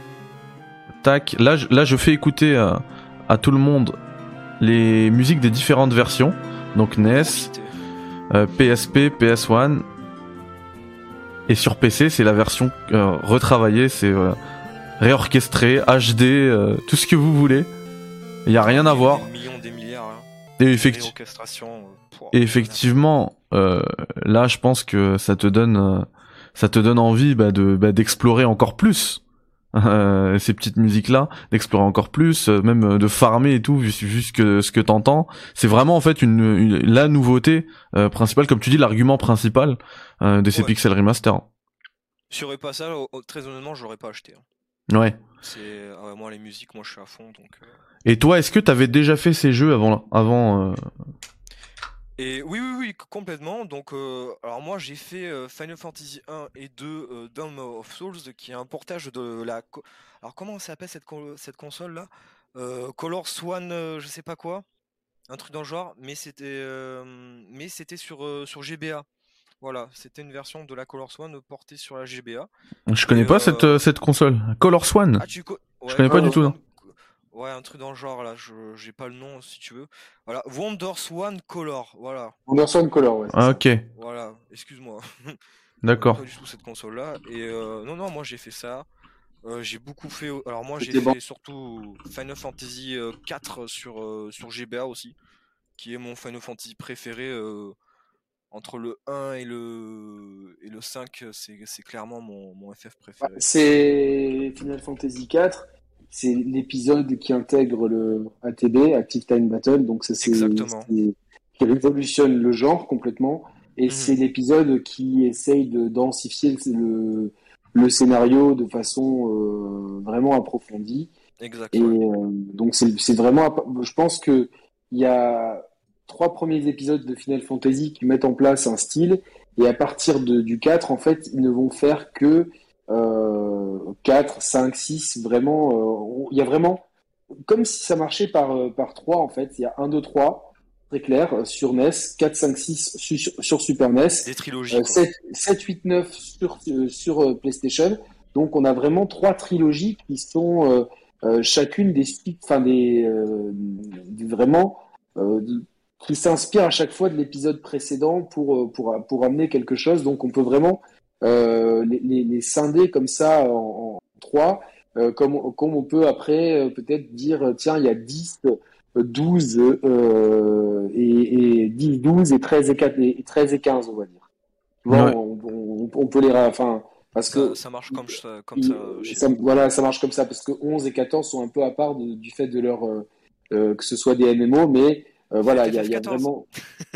A: Tac, là je, là je fais écouter euh, à tout le monde les musiques des différentes versions. Donc N E S,
C: Profitez.
A: euh, P S P, P S un et sur P C, c'est la version euh, retravaillée, c'est euh, réorchestré, H D, euh, tout ce que vous voulez. Il y a rien à voir.
C: Des millions, des milliards. Hein.
A: Et,
C: Des
A: effecti-
C: réorchestrations, euh, pouah,
A: et effectivement, euh, là, je pense que ça te donne, euh, ça te donne envie bah, de bah, d'explorer encore plus euh, ces petites musiques-là, d'explorer encore plus, euh, même euh, de farmer et tout, vu, vu ce que ce que t'entends. C'est vraiment en fait une, une la nouveauté euh, principale, comme tu dis, l'argument principal euh, de ces
C: Ouais.
A: Pixel Remaster.
C: S'il n'y aurait pas ça, oh, très honnêtement, je l'aurais pas acheté. Hein.
A: Ouais.
C: C'est ah ouais, moi les musiques, moi je suis à fond, donc. euh,
A: Et toi, est-ce que t'avais déjà fait ces jeux avant avant euh...
C: Et oui, oui, oui, complètement. Donc, euh, alors moi, j'ai fait euh, Final Fantasy un et deux euh, Dawn of Souls, qui est un portage de la. co- Alors, comment ça s'appelle cette, co- cette console-là? Euh, Color Swan, euh, je sais pas quoi, un truc dans le genre, mais c'était, euh, mais c'était sur euh, sur G B A. Voilà, c'était une version de la Color Swan portée sur la G B A.
A: Je
C: Et
A: connais pas cette,
C: euh,
A: euh, cette console. Color Swan.
C: ah, tu co-
A: Je
C: ouais,
A: connais pas
B: Ouais,
A: du
C: Color
B: ouais.
A: tout, non.
C: Swan. Ouais, un truc dans le genre là, je j'ai pas le nom si tu veux. Voilà, Wonder Swan Color, voilà.
B: Anderson Color, ouais, c'est
A: Ah,
B: ça.
A: ok,
C: Voilà, excuse-moi. Je connais
A: d'accord.
C: pas du tout cette console-là. Et euh, non, non, moi j'ai fait ça. Euh, j'ai beaucoup fait. Alors moi j'ai
B: C'était bon.
C: fait surtout Final Fantasy euh, quatre sur, euh, sur G B A aussi, qui est mon Final Fantasy préféré. euh, entre le un et le, et le cinq, c'est, c'est clairement mon, mon F F
B: Bah,
C: préféré.
B: c'est Final Fantasy quatre, c'est l'épisode qui intègre le A T B, Active Time Battle, donc ça c'est
C: Exactement.
B: c'est- qui révolutionne le genre complètement, et
C: Mhm.
B: c'est l'épisode qui essaye de densifier le, le scénario de façon euh, vraiment approfondie.
C: Exact,
B: Et
C: ouais.
B: euh, donc c'est c'est vraiment, je pense que il y a trois premiers épisodes de Final Fantasy qui mettent en place un style, et à partir de, du quatre, en fait, ils ne vont faire que euh, quatre, cinq, six, vraiment, euh, il y a vraiment, comme si ça marchait par, euh, par trois, en fait, il y a un, deux, trois, très clair, euh, sur N E S, quatre, cinq, six sur, sur Super N E S,
C: Des trilogies,
B: euh,
C: quoi.
B: sept, sept, huit, neuf sur, euh, sur euh, PlayStation. Donc on a vraiment trois trilogies qui sont euh, euh, chacune des suites, enfin des, euh, des vraiment euh, qui s'inspirent à chaque fois de l'épisode précédent pour euh, pour pour amener quelque chose. Donc on peut vraiment euh, les, les, les scinder comme ça en, en trois, euh, comme comme on peut après euh, peut-être dire tiens il y a dix, douze euh, et, et dix, douze et treize et quatre et treize et quinze on va dire. Tu vois,
A: Ouais.
B: on, on, on peut les ra- enfin parce
C: Ça,
B: que
C: ça marche comme ça, comme
B: il-
C: ça euh, chez
B: ça,
C: eux.
B: voilà, ça marche comme ça parce que onze et quatorze sont un peu à part de- du fait de leur euh, euh, que ce soit des M M O, mais euh, voilà, il y
C: Faites
B: a,
C: F F
B: il y a
C: quatorze.
B: vraiment.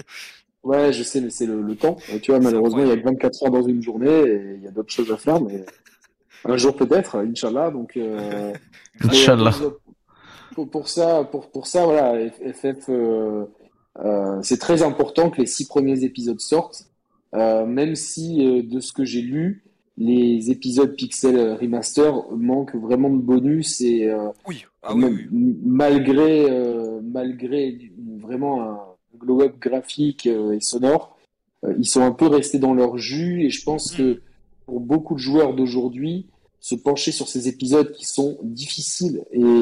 B: Ouais, je sais, mais c'est le, le temps. Euh, Tu vois,
C: C'est
B: malheureusement, il y a que
C: incroyable.
B: vingt-quatre heures dans une journée et il y a d'autres choses à faire, mais un jour peut-être, Inch'Allah. Donc, euh, mais euh,
A: Inch'Allah.
B: donc, pour, pour ça, pour, pour ça, voilà, F F, euh, euh, c'est très important que les six premiers épisodes sortent, euh, même si euh, de ce que j'ai lu, les épisodes Pixel Remaster manquent vraiment de bonus et euh,
C: Oui, ah oui,
B: même-
C: oui.
B: malgré euh, malgré vraiment un glow-up graphique euh, et sonore, euh, ils sont un peu restés dans leur jus et je pense
C: Mhm.
B: que pour beaucoup de joueurs d'aujourd'hui, se pencher sur ces épisodes qui sont difficiles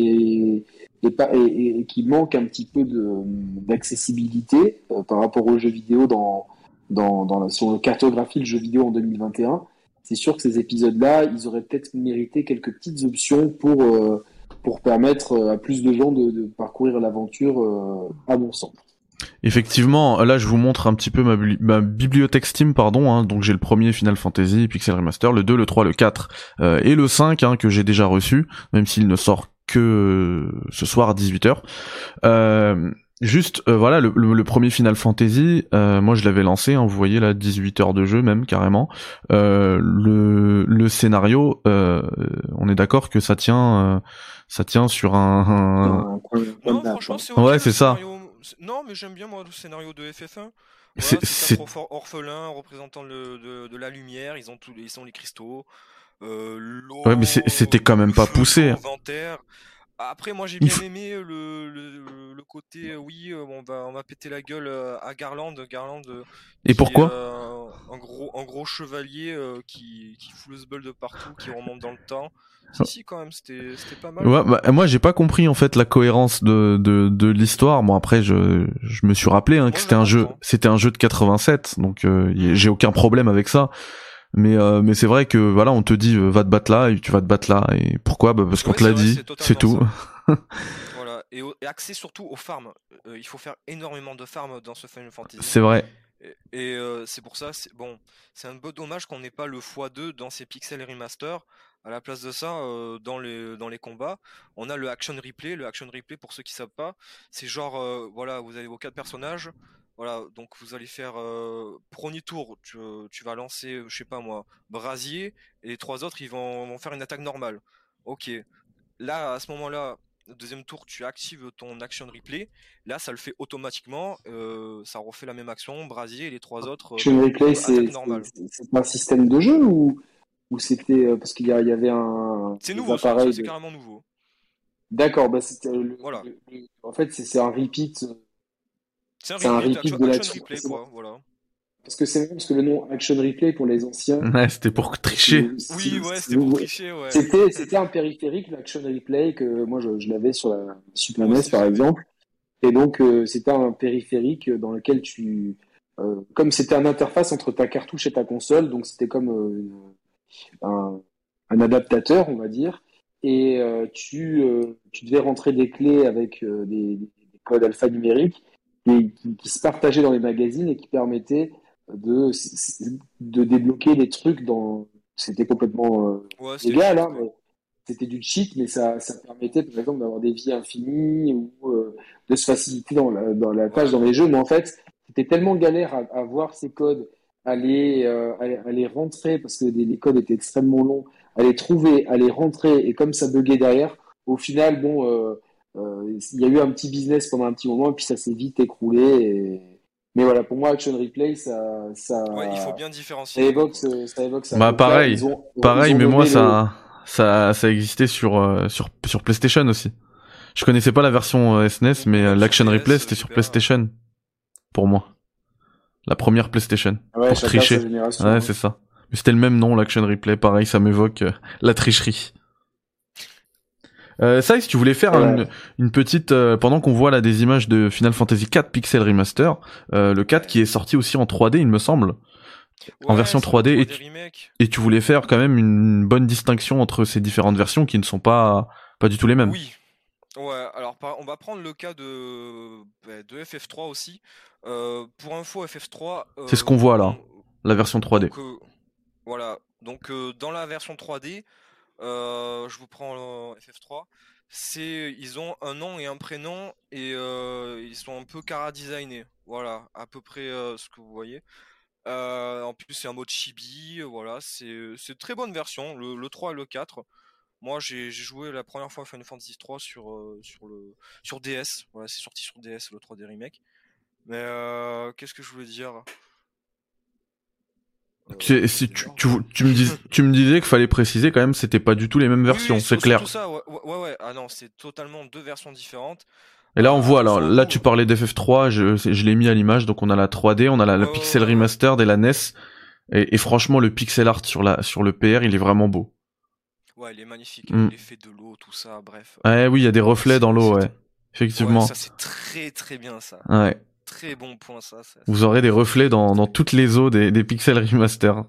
B: et, et, pas, et, et qui manquent un petit peu de, d'accessibilité euh, par rapport aux jeux vidéo dans, dans, dans la, sur le cartographie le jeu vidéo en deux mille vingt et un, c'est sûr que ces épisodes-là, ils auraient peut-être mérité quelques petites options pour, euh, pour permettre à plus de gens de, de parcourir l'aventure euh, à mon sens.
A: Effectivement, là je vous montre un petit peu ma, bibli- ma bibliothèque Steam, pardon, hein. Donc j'ai le premier Final Fantasy, Pixel Remaster, le deux, le trois, le quatre euh, et le cinq hein, que j'ai déjà reçu, même s'il ne sort que euh, ce soir à dix-huit heures. Euh, juste, euh, voilà, le, le, le premier Final Fantasy, euh, moi je l'avais lancé, hein, vous voyez là, dix-huit heures de jeu même, carrément. Euh, le, le scénario, euh, on est d'accord que ça tient... Euh, ça tient sur un,
B: Un point, un point de
C: Non,
B: nappe,
C: franchement,
B: quoi.
C: c'est
A: un...
C: ok
A: Ouais,
C: le
A: c'est ça.
C: scénario. C'est- Non, mais j'aime bien moi le scénario de F F un. Voilà,
A: C'est,
C: c'est quatre
A: c'est...
C: orph- orphelins représentant le, de, de la lumière. Ils ont tous les, ils sont les cristaux. Euh,
A: Ouais, mais c'est- c'était
C: l'eau,
A: quand
C: le
A: même pas
C: feu,
A: poussé.
C: l'eau, vent, terre. Après, moi j'ai
A: Il
C: bien
A: f-
C: aimé le, le, le côté, euh, oui, euh, on va, on va péter la gueule euh, à Garland, Garland euh,
A: Et
C: qui est
A: pourquoi?
C: euh, un gros, un gros chevalier euh, qui, qui fout le sbeul de partout, qui remonte dans le temps. Si, si, quand même, c'était, c'était pas mal.
A: Ouais, bah, moi j'ai pas compris en fait la cohérence de de, de l'histoire. Bon après je je me suis rappelé hein, que
C: Moi je
A: c'était
C: la
A: un jeu
C: comprends.
A: c'était un jeu de quatre-vingt-sept donc euh, y-
C: Mhm.
A: j'ai aucun problème avec ça. Mais euh, mais c'est vrai que voilà on te dit euh, va te battre là et tu vas te battre là et pourquoi bah parce qu'on
C: Ouais,
A: te
C: c'est
A: l'a
C: vrai,
A: dit
C: c'est
A: c'est
C: totalement
A: tout.
C: ça. Voilà, et, au- et axé surtout aux farms. Euh, il faut faire énormément de farms dans ce Final Fantasy.
A: C'est vrai.
C: Et, et, euh, c'est pour ça, c'est bon, c'est un peu dommage qu'on n'ait pas le fois deux dans ces pixels remaster. À la place de ça, euh, dans les dans les combats, on a le action replay. Le action replay, pour ceux qui savent pas, c'est genre, euh, voilà, vous avez vos quatre personnages. Voilà, donc vous allez faire euh, premier tour, tu, tu vas lancer, je sais pas moi, brasier, et les trois autres ils vont, vont faire une attaque normale. Ok, là à ce moment-là. le deuxième tour, tu actives ton action replay. Là, ça le fait automatiquement. Euh, ça refait la même action. Brasier et les trois autres.
B: Action
C: Euh,
B: replay,
C: euh,
B: c'est
C: attaque normale.
B: c'est- c'est un système de jeu ou, ou c'était euh, parce qu'il y, a- il y avait un
C: C'est
B: des
C: nouveau, ça, ça
B: appareils
C: c'est
B: de...
C: carrément nouveau.
B: D'accord, bah c'était euh, le,
C: Voilà.
B: le- le- en fait c'est c'est un repeat, euh,
C: C'est un
B: c'est un
C: repeat,
B: repeat
C: action,
B: de
C: action
B: l'action
C: replay,
B: précédente.
C: quoi. Voilà.
B: Parce que c'est vrai, parce que le nom Action Replay pour les anciens,
A: Ouais, c'était pour tricher.
B: c'est-
C: Oui, ouais,
B: c'est-
C: c'était pour
B: c'est-
C: tricher, ouais.
B: c'était c'était un périphérique, l'Action Replay, que moi je, je l'avais sur la Super
C: Moi
B: N E S
C: aussi,
B: par
C: je l'avais.
B: exemple. Et donc euh, c'était un périphérique dans lequel tu, euh, comme c'était une interface entre ta cartouche et ta console, donc c'était comme euh, une- un, un adaptateur, on va dire. Et euh, tu, euh, tu devais rentrer des clés avec euh, des, des codes alphanumériques et qui, qui se partageaient dans les magazines et qui permettaient de, de débloquer des trucs dans. C'était complètement euh,
C: Ouais, c'était
B: légal,
C: cheat,
B: hein,
C: quoi.
B: mais c'était du cheat, mais ça, ça permettait par exemple d'avoir des vies infinies ou euh, de se faciliter dans la, dans la tâche
C: Ouais.
B: dans les jeux. Mais en fait, c'était tellement galère à, à voir ces codes, à les, euh, à, les- à les rentrer parce que les, les codes étaient extrêmement longs, à les trouver, à les rentrer, et comme ça buguait derrière, au final, bon, euh, euh, il y a eu un petit business pendant un petit moment, et puis ça s'est vite écroulé. Et... Mais voilà, pour moi, Action Replay, ça, ça,
C: Ouais, il faut bien
B: ça
C: différencier les deux,
B: évoque,
C: quoi.
B: ce- ça évoque ça.
A: Bah
B: Donc là,
A: pareil,
B: ils ont,
A: pareil,
B: ils ont
A: mais moi
B: nommé le.
A: ça, ça, ça existait sur, euh, sur, sur PlayStation aussi. Je connaissais pas la version euh, S N E S,
C: Oui,
A: mais euh,
C: même sur
A: l'Action
C: D S,
A: Replay c'était sur
C: Super.
A: PlayStation pour moi. La première PlayStation
B: Ouais,
A: pour
B: chacun sa
A: tricher.
B: génération.
A: Ouais,
B: hein.
A: c'est ça. Mais c'était le même nom, l'Action Replay. Pareil, ça m'évoque euh, la tricherie. Euh, ça, si tu voulais faire
B: Et
A: une,
B: ouais.
A: une petite, euh, pendant qu'on voit là des images de Final Fantasy quatre Pixel Remaster, euh, le quatre
C: Ouais.
A: qui est sorti aussi en trois D, il me semble, en
C: Ouais,
A: version
C: c'est le
A: trois D, et
C: trois D
A: tu,
C: remake.
A: et tu voulais faire quand même une bonne distinction entre ces différentes versions qui ne sont pas, pas du tout les mêmes.
C: Oui. Ouais, alors par- on va prendre le cas de, bah, de F F trois aussi. Euh, pour info, F F trois.
A: C'est ce
C: euh,
A: qu'on voit là,
C: on-
A: la version trois D.
C: donc euh, voilà. Donc euh, dans la version trois D, euh, je vous prends le F F trois. C'est, ils ont un nom et un prénom et euh, ils sont un peu cara-designés. Voilà, à peu près euh, ce que vous voyez. Euh, en plus, c'est un mode chibi. euh, Voilà, c'est c'est une très bonne version, le, le trois et le quatre. Moi, j'ai j'ai joué la première fois à Final Fantasy trois sur, euh, sur, le, sur D S. Voilà, c'est sorti sur D S, le trois D remake. Mais euh, qu'est-ce que je voulais dire euh,
A: Tu, si tu, tu, tu, me dis, tu me disais qu'il fallait préciser quand même, c'était pas du tout les mêmes versions,
C: oui,
A: c'est
C: sur-
A: clair.
C: surtout ça, ouais, ouais, ouais. Ah non, c'est totalement deux versions différentes.
A: Et là, on
C: Euh,
A: voit, alors,
C: attention à
A: là,
C: vous.
A: tu parlais d'F F trois, je, je l'ai mis à l'image, donc on a la trois D, on a la, la
C: Ouais,
A: Pixel
C: ouais, ouais.
A: Remastered et la N E S. Et, et franchement, le pixel art sur la, sur le P R, il est vraiment beau.
C: Ouais, il est magnifique.
A: Mm.
C: L'effet de l'eau, tout ça, bref.
A: Ouais, oui, il y a des reflets
C: C'est-
A: dans l'eau,
C: c'est-
A: ouais. Effectivement.
C: Ouais, ça c'est très très bien ça.
A: Ouais.
C: Très bon point ça. ça
A: Vous
C: c'est-
A: aurez des reflets dans, dans toutes les eaux des, des Pixel Remaster.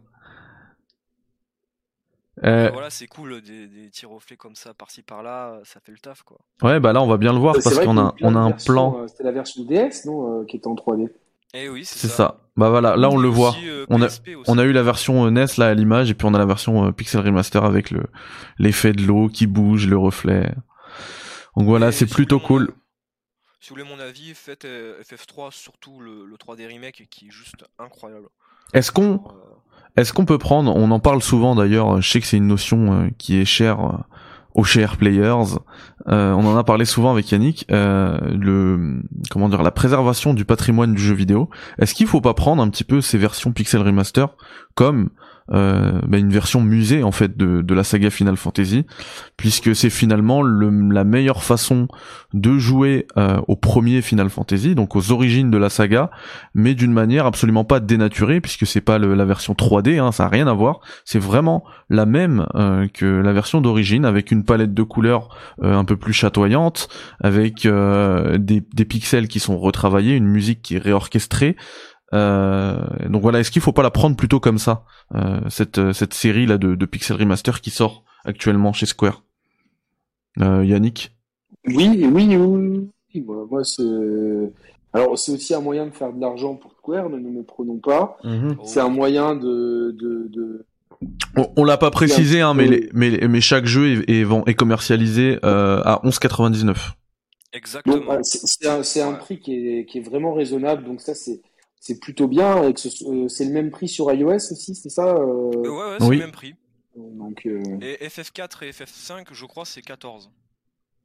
A: Euh,
C: Et voilà, c'est cool, des, des petits reflets comme ça, par-ci par-là, ça fait le taf quoi.
A: ouais, bah là, on va bien le voir
B: C'est
A: parce
B: vrai
A: qu'on
B: qu'il y a
A: a,
B: eu plein
A: on a
B: de
A: un
B: versions,
A: plan.
B: euh, C'était la version D S, non, euh, qui était en trois D.
C: Et oui, c'est
A: C'est
C: ça.
A: ça. Bah voilà, là, on
C: Et
A: le
C: aussi,
A: voit.
C: euh,
A: On a,
C: P S P aussi.
A: on a eu la version euh, N E S là à l'image et puis on a la version euh, Pixel Remaster avec le l'effet de l'eau qui bouge, le reflet. Donc voilà,
C: Et
A: c'est
C: si vous
A: plutôt
C: voulez mon-
A: cool.
C: Si vous voulez mon avis, faites euh, F F trois, surtout le, le trois D remake qui est juste incroyable.
A: Est-ce qu'on
C: Genre, euh,
A: est-ce qu'on peut prendre, on en parle souvent d'ailleurs, je sais que c'est une notion euh, qui est chère euh, aux chers players, euh, on en a parlé souvent avec Yannick, euh, le comment dire, la préservation du patrimoine du jeu vidéo. Est-ce qu'il faut pas prendre un petit peu ces versions Pixel Remaster comme euh, bah, une version musée en fait de, de la saga Final Fantasy, puisque c'est finalement le, la meilleure façon de jouer euh, au premier Final Fantasy, donc aux origines de la saga, mais d'une manière absolument pas dénaturée, puisque c'est pas le, la version trois D, hein, ça a rien à voir, c'est vraiment la même euh, que la version d'origine, avec une palette de couleurs euh, un peu plus chatoyante, avec euh, des, des pixels qui sont retravaillés, une musique qui est réorchestrée. Euh, donc voilà, est-ce qu'il faut pas la prendre plutôt comme ça, euh, cette cette série là de, de Pixel Remaster qui sort actuellement chez Square? Euh, Yannick?
B: Oui, oui, oui, oui, oui. Moi, moi, c'est. Alors, c'est aussi un moyen de faire de l'argent pour Square, ne nous méprenons pas.
A: Mm-hmm.
C: oh,
B: C'est un moyen de, de, de...
A: On, on l'a pas précisé, hein, mais,
B: peu-
A: les, mais, les- mais chaque jeu est, est, vend- est commercialisé euh, à onze quatre-vingt-dix-neuf.
C: Exactement.
B: Donc, voilà, c'est c'est un, c'est un
C: Ouais.
B: prix qui est, qui est vraiment raisonnable. Donc, ça, c'est, c'est plutôt bien. Et que ce- euh, c'est le même prix sur iOS aussi, c'est ça
C: Euh,
B: euh,
C: ouais, ouais, c'est
A: Oui.
C: le même prix.
B: Donc, euh,
C: Et F F quatre et F F cinq, je crois, c'est quatorze.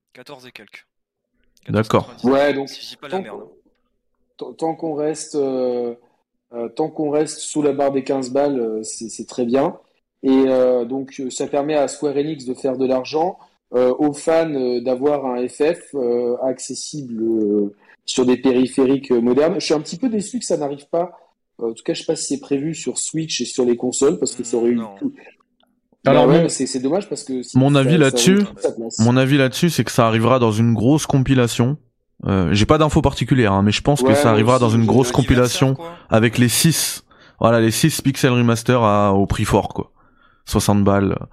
C: quatorze et quelques.
A: D'accord.
B: Ouais, donc
C: Si je dis pas de
B: tant,
C: la merde.
B: tant- tant qu'on reste, euh, euh, tant qu'on reste sous la barre des quinze balles, euh, c'est c'est très bien. Et euh, donc euh, ça permet à Square Enix de faire de l'argent, euh, aux fans euh, d'avoir un F F euh, accessible euh, sur des périphériques euh, modernes. Je suis un petit peu déçu que ça n'arrive pas. Euh, en tout cas, je sais pas si c'est prévu sur Switch et sur les consoles parce que ça aurait
C: Mm,
B: eu
C: non.
B: tout. Bah
A: Alors
B: ouais,
A: mon
B: mais c'est c'est dommage parce que
A: mon
B: ça,
A: avis
B: ça aurait eu
A: là-dessus,
B: toute sa place.
A: mon avis là-dessus, c'est que ça arrivera dans une grosse compilation. Euh, j'ai pas d'infos particulières, hein, mais je pense que
B: Ouais,
A: ça
B: moi
A: arrivera dans
B: aussi,
A: une
B: j'ai-
A: grosse
C: Un anniversaire,
A: compilation
C: quoi.
A: avec les six, voilà, les six Pixel Remaster à, au prix fort, quoi. soixante balles, euh,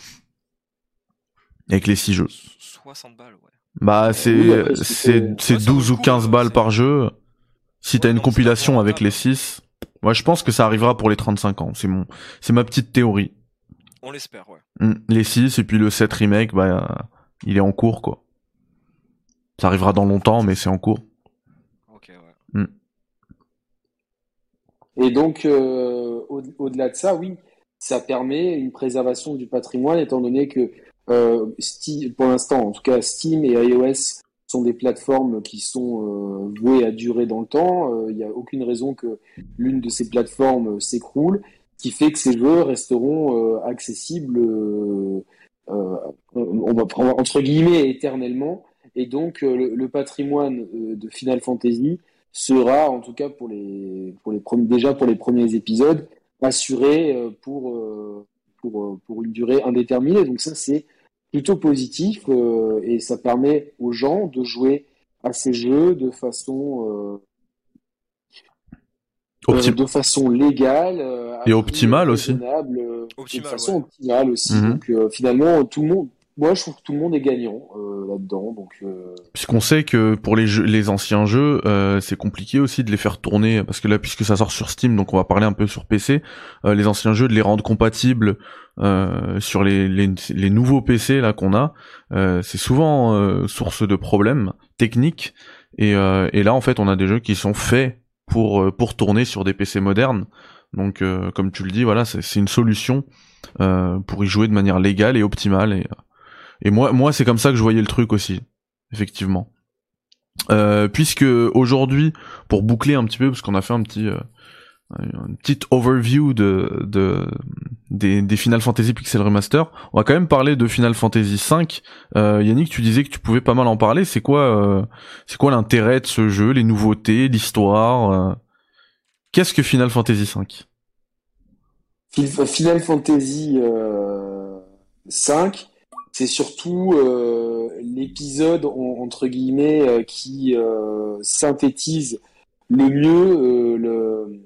A: avec les six jeux.
C: soixante balles, ouais.
A: Bah,
B: oui,
A: c'est,
B: après, c'est
A: c'est,
B: plutôt-
A: c'est
C: Ouais, ça vaut
A: douze
C: le
A: ou
C: coup,
A: quinze
C: euh,
A: balles
C: c'est-
A: par jeu. Si
C: Ouais,
A: t'as une
C: non, mais c'est
A: compilation
C: vachement
A: avec
C: rentable,
A: les
C: hein.
A: six, moi, je pense que ça arrivera pour les trente-cinq ans. C'est mon, c'est ma petite théorie.
C: On l'espère, ouais.
A: Hmm. Les six et puis le sept remake, bah, euh, il est en cours, quoi. Ça arrivera dans longtemps, mais c'est en cours.
C: Ok, ouais.
B: Et donc, euh, au- au-delà de ça, oui, ça permet une préservation du patrimoine, étant donné que euh, Steam, pour l'instant, en tout cas, Steam et iOS sont des plateformes qui sont euh, vouées à durer dans le temps. Euh, Il n'y a aucune raison que l'une de ces plateformes euh, s'écroule, ce qui fait que ces jeux resteront euh, accessibles, euh, euh, on va prendre entre guillemets éternellement. Et donc, euh, le, le patrimoine euh, de Final Fantasy sera, en tout cas pour les, pour les premiers, déjà pour les premiers épisodes, assuré euh, pour, euh, pour, euh, pour une durée indéterminée. Donc ça, c'est plutôt positif euh, et ça permet aux gens de jouer à ces jeux de façon, euh, euh,
A: Optim-
B: de façon légale, euh, à
A: et
B: prix euh,
A: optimal aussi.
B: raisonnable, euh, et de
C: Optimal,
B: façon
C: ouais.
B: optimale aussi.
A: Mhm.
B: Donc euh, finalement, tout le monde, moi je trouve que tout le monde est gagnant euh, là-dedans. Donc euh,
A: Puisqu'on sait que pour les jeux, les anciens jeux, euh, c'est compliqué aussi de les faire tourner, parce que là, puisque ça sort sur Steam, donc on va parler un peu sur P C, euh, les anciens jeux, de les rendre compatibles euh, sur les, les, les nouveaux P C là qu'on a, euh, c'est souvent euh, source de problèmes techniques. Et, euh, et là, en fait, on a des jeux qui sont faits pour euh, pour tourner sur des P C modernes. Donc, euh, comme tu le dis, voilà, c'est, c'est une solution euh, pour y jouer de manière légale et optimale. Et, et moi, moi, c'est comme ça que je voyais le truc aussi, effectivement. Euh, puisque aujourd'hui, pour boucler un petit peu, parce qu'on a fait un petit, euh, une petite overview de, de des, des Final Fantasy Pixel Remaster, on va quand même parler de Final Fantasy cinq. Euh, Yannick, tu disais que tu pouvais pas mal en parler. C'est quoi, euh, c'est quoi l'intérêt de ce jeu, les nouveautés, l'histoire euh... Qu'est-ce que Final Fantasy cinq?
B: Final Fantasy euh, cinq, c'est surtout euh, l'épisode en- entre guillemets euh, qui euh, synthétise le mieux euh, le,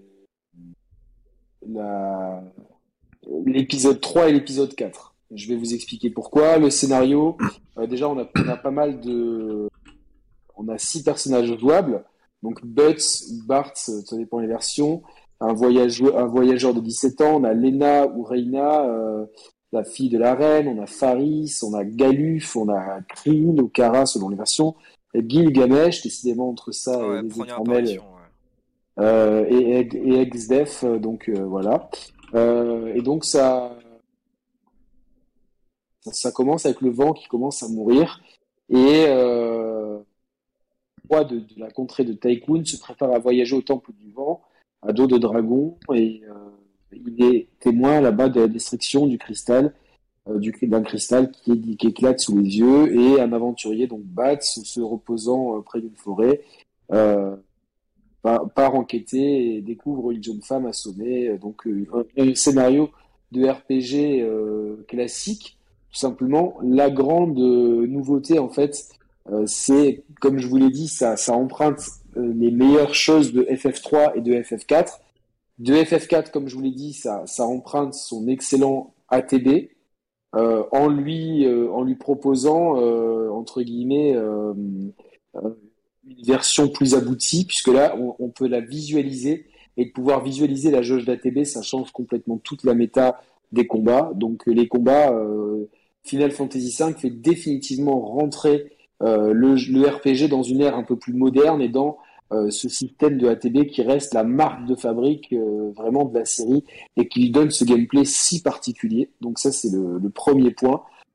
B: la, l'épisode trois et l'épisode quatre. Je vais vous expliquer pourquoi. Le scénario, euh, déjà on a, on a pas mal de... On a six personnages jouables. Donc Butts, Bart, ça dépend des versions. Un voyageur, un voyageur de dix-sept ans. On a Lena ou Reina, euh, la fille de la reine. On a Faris, on a Galuf, on a Kryn ou Kara selon les versions. Et Gilgamesh, décidément entre ça
C: Ah
B: et
C: ouais,
B: les
C: première
B: éternels
C: apparition, ouais.
B: euh, et, et Exdef. Donc euh, voilà. Euh, et donc ça, ça, ça commence avec le vent qui commence à mourir. Et euh, le roi de, de la contrée de Tycoon se prépare à voyager au temple du vent à dos de dragon et euh, il est témoin là-bas de la destruction du cristal, euh, du, d'un cristal qui, qui éclate sous les yeux et un aventurier, donc Bats, se reposant euh, près d'une forêt, euh, part, part enquêter et découvre une jeune femme assommée. Donc euh, un, un scénario de R P G euh, classique, tout simplement. La grande euh, nouveauté en fait, euh, c'est, comme je vous l'ai dit, ça, ça emprunte euh, les meilleures choses de F F trois et de F F quatre. De F F quatre, comme je vous l'ai dit, ça, ça emprunte son excellent A T B euh, en lui, euh, en lui proposant euh, entre guillemets euh, euh, une version plus aboutie, puisque là, on, on peut la visualiser et de pouvoir visualiser la jauge d'A T B, ça change complètement toute la méta des combats. Donc les combats, euh, Final Fantasy cinq fait définitivement rentrer euh, le, le R P G dans une ère un peu plus moderne et dans euh, ce système de A T B qui reste la marque de fabrique euh, vraiment de la série et qui lui donne ce gameplay si particulier. Donc ça, c'est le, le premier point.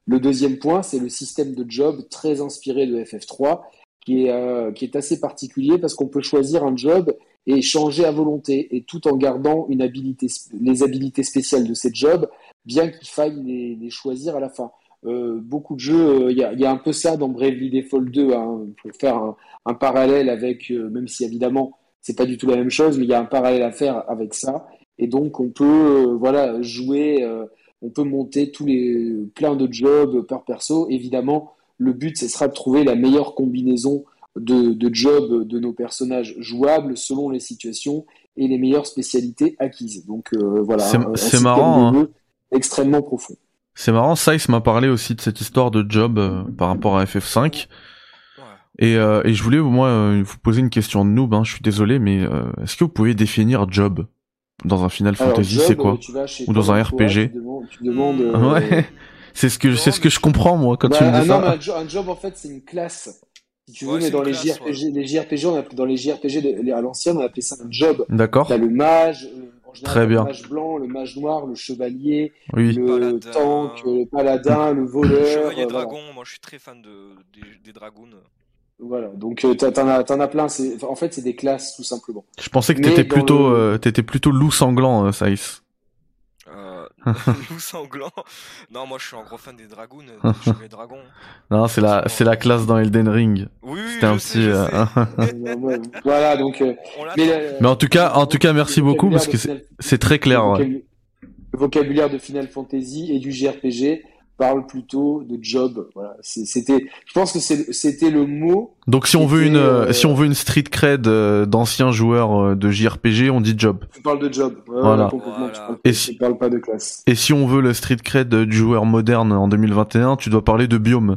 B: Le deuxième point, c'est le système de job très inspiré de F F trois, qui est, euh, qui est assez particulier parce qu'on peut choisir un job et changer à volonté, et tout en gardant une habilité, les habilités spéciales de ces jobs, bien qu'il faille les, les choisir à la fin. Euh, beaucoup de jeux, il euh, y, y a un peu ça dans Bravely Default deux, hein, pour faire un, un parallèle avec, euh, même si évidemment c'est pas du tout la même chose, mais il y a un parallèle à faire avec ça, et donc on peut euh, voilà jouer, euh, on peut monter tous les plein de jobs par perso. Évidemment, le but ce sera de trouver la meilleure combinaison de, de jobs de nos personnages jouables selon les situations et les meilleures spécialités acquises. Donc euh, voilà,
A: c'est,
B: un, un
A: c'est marrant, hein.
B: Extrêmement profond.
A: C'est marrant, Saiz m'a parlé aussi de cette histoire de job euh, par rapport à F F cinq. Ouais. Et, euh, et je voulais moi euh, vous poser une question de noob, hein, je suis désolé, mais euh, est-ce que vous pouvez définir job dans un Final
B: Alors,
A: Fantasy,
B: job,
A: c'est quoi? Ou dans un R P G?
B: Tu demandes, tu demandes euh...
A: Ouais, c'est ce que je, c'est ce que je comprends moi quand
B: bah,
A: tu me dis
B: ah,
A: ça.
B: Non, mais un, jo- un job en fait c'est une classe. Si tu veux,
C: ouais,
B: mais dans les,
C: classe,
B: J R P G,
C: ouais.
B: les J R P G, on a, dans les J R P G de, à l'ancienne, on appelait ça un job.
A: D'accord.
B: T'as le mage, euh, en général,
A: Très bien.
B: le mage blanc, le mage noir, le chevalier,
A: oui.
B: le
C: paladin,
B: tank, le paladin, le voleur.
C: Le chevalier
B: euh,
C: dragon,
B: voilà.
C: moi je suis très fan de, des, des dragons.
B: Voilà, donc euh, t'en as, t'en as plein. C'est, en fait, c'est des classes tout simplement.
A: Je pensais que
B: Mais
A: t'étais
B: dans
A: plutôt,
B: le-
A: euh, t'étais plutôt loup sanglant, euh, Saiz.
C: Euh, loup sanglant. Non, moi je suis un gros fan des dragons, des chevaliers dragons.
A: Non, c'est la, c'est la classe dans Elden Ring.
C: Oui, oui,
A: C'était un
C: je
A: petit.
C: sais, je
A: euh,
C: sais.
B: voilà, donc. euh,
C: On l'attend.
B: mais, euh,
A: Mais en tout cas, en tout cas,
B: le
A: merci beaucoup
B: vocabulaire
A: parce
B: de
A: que c'est,
B: Final-
A: c'est très
B: le
A: clair. Ouais.
B: vocabulaire- Le vocabulaire de Final Fantasy et du J R P G parle plutôt de job. Voilà, c'est- c'était. Je pense que c'est- c'était le mot.
A: Donc si on
B: qui
A: veut
B: était,
A: une, euh,
B: euh,
A: si on veut une street cred euh, d'anciens joueurs euh, de J R P G, on dit job.
B: Tu parles de job. Ouais,
A: Voilà.
B: ouais, complètement.
C: Voilà.
B: Tu parles,
A: Et
B: tu
A: si-
B: parles pas de classe.
A: Et si on veut le street cred du joueur moderne en deux mille vingt et un, tu dois parler de biome.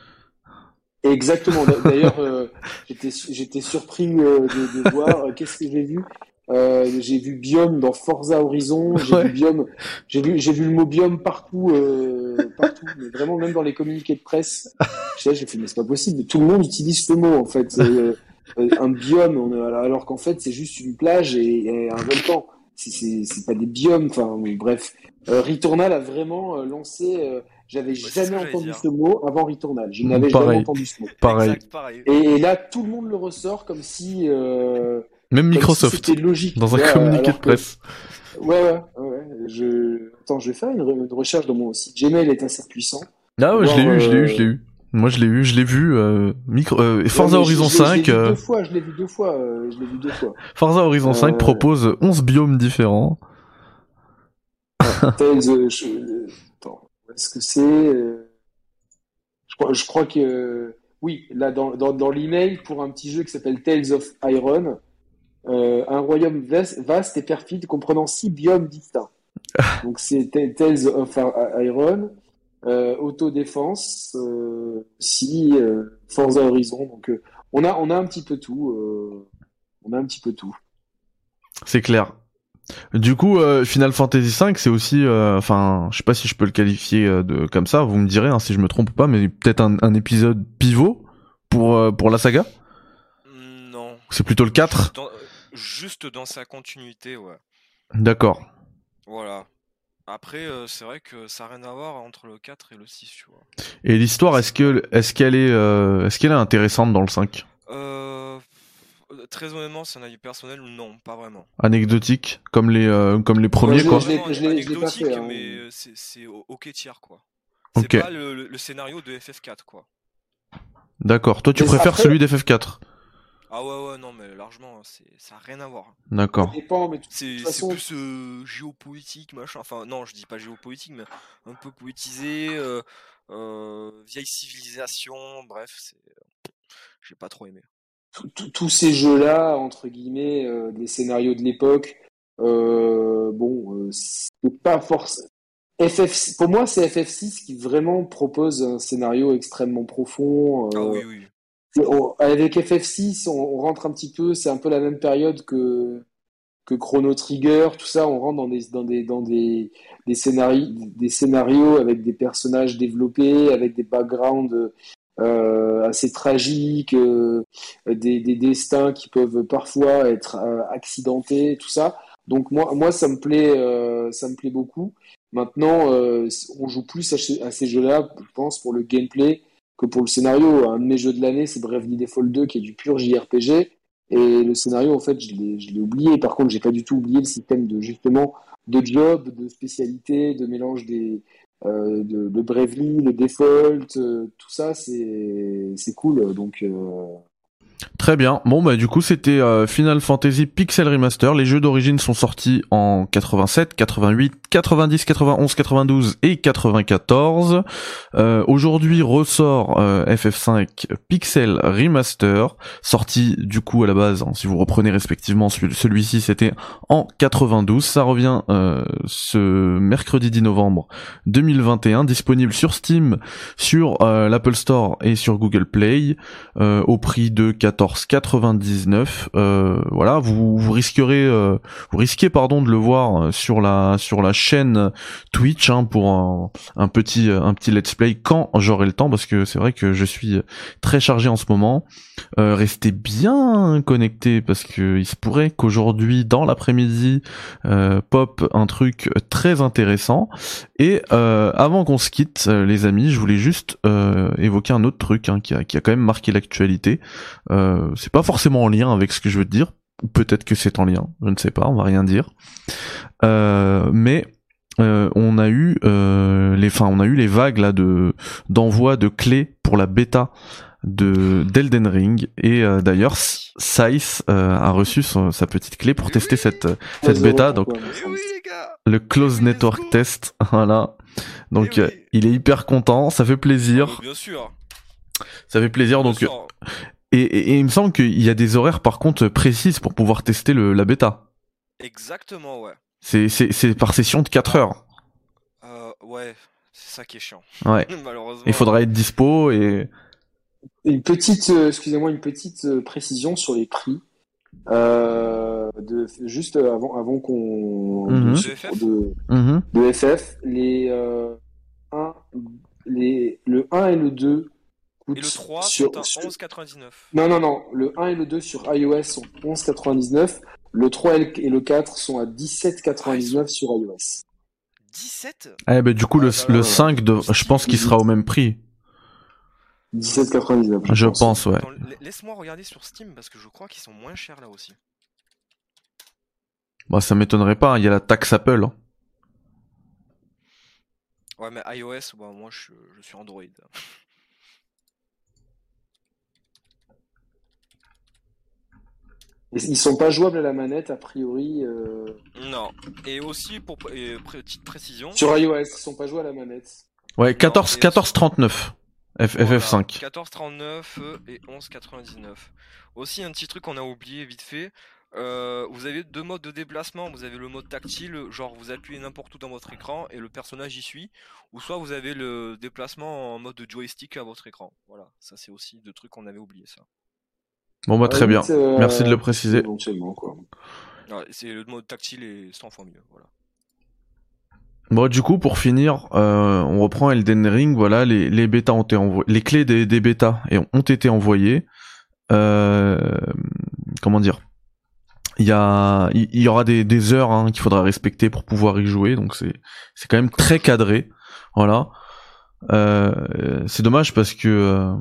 B: Exactement. D'ailleurs, euh, j'étais j'étais surpris euh, de, de voir. euh, Qu'est-ce que j'ai vu? Euh, j'ai vu biome dans Forza Horizon. J'ai
A: Ouais.
B: vu biome. J'ai vu j'ai vu le mot biome partout, euh, partout. Mais vraiment, même dans les communiqués de presse. Je sais, j'ai fait mais c'est pas possible. Tout le monde utilise ce mot en fait. Euh, euh, un biome, on est- alors qu'en fait c'est juste une plage et, et un volcan. C'est c'est c'est pas des biomes. Enfin bon, bref. Euh, Returnal a vraiment euh, lancé. Euh, J'avais
C: c'est ce que
B: jamais
C: j'allais
B: entendu
C: dire.
B: ce mot avant Returnal. Je n'avais
A: Pareil.
B: jamais entendu ce mot.
A: Pareil.
C: Exact, pareil.
B: Et, et là, tout le monde le ressort comme si, euh,
A: Même
B: comme si
A: Microsoft.
B: c'était logique.
A: Dans un
B: Ouais,
A: communiqué
B: alors
A: de presse.
B: que- Ouais, ouais, ouais. Je... Attends, je vais faire une, re- une recherche dans mon site. Gmail est assez puissant.
A: Ah ouais, je l'ai
B: Voir,
A: eu, je l'ai eu,
B: euh,
A: je l'ai eu. Moi, je l'ai eu, je l'ai vu. Euh, micro, euh, Forza
B: Ouais, mais
A: Horizon
B: je, je l'ai-
A: cinq.
B: Je l'ai vu
A: euh,
B: deux fois, je l'ai vu deux fois. euh, je l'ai vu deux fois.
A: Forza Horizon cinq
B: Euh,
A: propose onze biomes différents.
B: Tales, euh, je... euh, Attends, où est-ce que c'est euh, je crois, je crois que... Oui, là, dans, dans, dans l'email, pour un petit jeu qui s'appelle Tales of Iron, euh, un royaume vaste, vaste et perfide comprenant six biomes distincts. Donc c'est Ta- Tales of Iron, euh, autodéfense, euh, si euh, Forza Horizon. Donc euh, on a on a un petit peu tout. Euh, on a un petit peu tout.
A: C'est clair. Du coup, euh, Final Fantasy cinq, c'est aussi, euh, enfin, je sais pas si je peux le qualifier euh, de comme ça. Vous me direz hein, si je me trompe ou pas, mais peut-être un, un épisode pivot pour euh, pour la saga.
C: Non.
A: C'est plutôt le quatre.
C: Dans- juste dans sa continuité, ouais.
A: D'accord.
C: Voilà. Après, euh, c'est vrai que ça n'a rien à voir entre le quatre et le six, tu vois.
A: Et l'histoire, est-ce que est-ce qu'elle est euh, est-ce qu'elle est intéressante dans le cinq?
C: Euh, très honnêtement, c'est un avis personnel, non, pas vraiment.
A: Anecdotique, comme les euh, comme les
B: Moi,
A: premiers
B: je l'ai-
A: quoi.
B: je l'ai-
C: Vraiment
B: je l'ai- je l'ai pas
C: anecdotique,
B: fait, hein.
C: mais euh, c'est c'est o- ok tiers, quoi. C'est
A: Ok.
C: pas le, le- le scénario de F F quatre, quoi.
A: D'accord. Toi, tu
B: Mais
A: préfères
B: après-
A: celui d'F F quatre.
C: Ah ouais, ouais, non, mais largement, c'est ça n'a rien à voir.
B: Ça
A: D'accord.
B: dépend, mais de
C: C'est
B: toute
C: c'est
B: façon,
C: plus euh, géopolitique, machin. Enfin, non, je dis pas géopolitique, mais un peu politisé, euh, euh, vieille civilisation, bref, c'est... J'ai pas trop aimé.
B: tous- tous tous ces jeux-là, entre guillemets, euh, des scénarios de l'époque, euh, bon, euh, c'est pas forcément. F F, pour moi, c'est F F six qui vraiment propose un scénario extrêmement profond.
C: Ah
B: euh,
C: oui, oui.
B: on- avec F F six, on, on rentre un petit peu, c'est un peu la même période que que Chrono Trigger, tout ça, on rentre dans des dans des dans des des scénarios des scénarios avec des personnages développés, avec des backgrounds euh, assez tragiques, euh, des des destins qui peuvent parfois être euh, accidentés, tout ça. Donc moi moi ça me plaît euh, ça me plaît beaucoup. Maintenant, euh, on joue plus à, ce- à ces jeux-là, je pense, pour le gameplay que pour le scénario. Un de mes jeux de l'année, c'est Bravely Default deux, qui est du pur J R P G. Et le scénario, en fait, je l'ai, je l'ai oublié. Par contre, j'ai pas du tout oublié le système de, justement, de job, de spécialité, de mélange des, euh, de, de Bravely, le Default, euh, tout ça, c'est, c'est cool. Donc, euh,
A: Très bien. Bon bah du coup c'était euh, Final Fantasy Pixel Remaster. Les jeux d'origine sont sortis en quatre-vingt-sept, quatre-vingt-huit, quatre-vingt-dix, quatre-vingt-onze, quatre-vingt-douze et quatre-vingt-quatorze. Euh, Aujourd'hui ressort euh, F F cinq Pixel Remaster, sorti du coup à la base, hein, si vous reprenez respectivement celui- celui-ci c'était en quatre-vingt-douze. Ça revient euh, ce mercredi dix novembre deux mille vingt et un, disponible sur Steam, sur euh, l'Apple Store et sur Google Play. Euh, au prix de quatorze quatre-vingt-dix-neuf. Euh, voilà, vous, vous risquerez, euh, vous risquez pardon de le voir sur la sur la chaîne Twitch hein, pour un, un petit un petit let's play quand j'aurai le temps, parce que c'est vrai que je suis très chargé en ce moment. Euh, restez bien connectés parce que il se pourrait qu'aujourd'hui dans l'après-midi euh, pop un truc très intéressant. Et euh, avant qu'on se quitte, euh, les amis, je voulais juste euh, évoquer un autre truc hein, qui a qui a quand même marqué l'actualité. Euh, c'est pas forcément en lien avec ce que je veux te dire, ou peut-être que c'est en lien, je ne sais pas, on va rien dire. Euh, mais euh, on a eu euh, les, enfin on a eu les vagues là de d'envoi de clés pour la bêta de d'Elden Ring, et euh, d'ailleurs Saiz euh, a reçu son, sa petite clé pour
C: Mais
A: tester
C: oui,
A: cette cette
B: zéro
A: bêta, donc
B: pourquoi,
C: mais
B: machin.
C: oui les gars,
A: le Close
C: mais oui, let's
A: Network
C: go.
A: Test, voilà. Donc
C: Eh
A: euh,
C: oui.
A: il est hyper content, ça fait
C: Ah,
A: plaisir,
C: bah, bien sûr,
A: ça fait plaisir.
C: bien
A: Donc
C: sûr.
A: et, et, et il me semble qu'il y a des horaires par contre précises pour pouvoir tester le, la bêta.
C: Exactement, ouais.
A: C'est c'est c'est par session de quatre heures.
C: Euh, ouais, c'est ça qui est chiant.
A: Ouais.
C: Malheureusement.
A: Il faudra être dispo et
B: Une petite, euh, excusez-moi, une petite euh, précision sur les prix. Euh, de, juste avant, avant qu'on de,
A: Mhm.
C: De F F
B: de,
A: Mhm.
B: de F F, les, euh, un, les, le un et le deux
C: Et le
B: coûtent
C: trois
B: sur,
C: sont à
B: sur-
C: onze quatre-vingt-dix-neuf.
B: non, non, non, le un et le deux sur iOS sont onze quatre-vingt-dix-neuf, le trois et le, et le quatre sont à dix-sept quatre-vingt-dix-neuf sur iOS.
C: dix-sept
A: Eh ben du coup
C: Ah,
A: le
C: bah
A: le
C: alors,
A: cinq de,
C: Steam,
A: je pense qu'il sera au même prix.
B: dix-sept quatre-vingt-dix-neuf, je,
A: Je
B: pense.
A: pense, ouais.
C: Attends, la- laisse-moi regarder sur Steam parce que je crois qu'ils sont moins chers là aussi.
A: Bah ça m'étonnerait pas, il y a la taxe Apple. Hein.
C: Ouais, mais iOS, bah, moi je, je suis Android.
B: Et ils sont pas jouables à la manette, a priori. Euh...
C: Non. Et aussi, pour et petite précision.
B: Sur iOS, ils sont pas joués à la manette.
A: Ouais, quatorze
C: Non, et-
A: quatorze trente-neuf. F,
C: Voilà,
A: F F cinq.
C: quatorze trente-neuf euh, et onze quatre-vingt-dix-neuf. Aussi, un petit truc qu'on a oublié vite fait. Euh, vous avez deux modes de déplacement. Vous avez le mode tactile, genre vous appuyez n'importe où dans votre écran et le personnage y suit. Ou soit vous avez le déplacement en mode de joystick à votre écran. Voilà, ça c'est aussi deux trucs qu'on avait oublié ça.
A: Bon bah
B: À la
A: très bien.
B: limite, euh,
A: Merci de le préciser.
B: Éventuellement, quoi.
C: Ouais, c'est le mode tactile et cent fois mieux. Voilà.
A: Bon du coup pour finir, euh, on reprend Elden Ring. Voilà, les les bêtas ont été envoyées, les clés des des bêtas et ont été envoyées. Euh, comment dire? Il y a, il y aura des, des heures hein, qu'il faudra respecter pour pouvoir y jouer, donc c'est, c'est quand même très cadré, voilà. Euh, c'est dommage parce que, euh...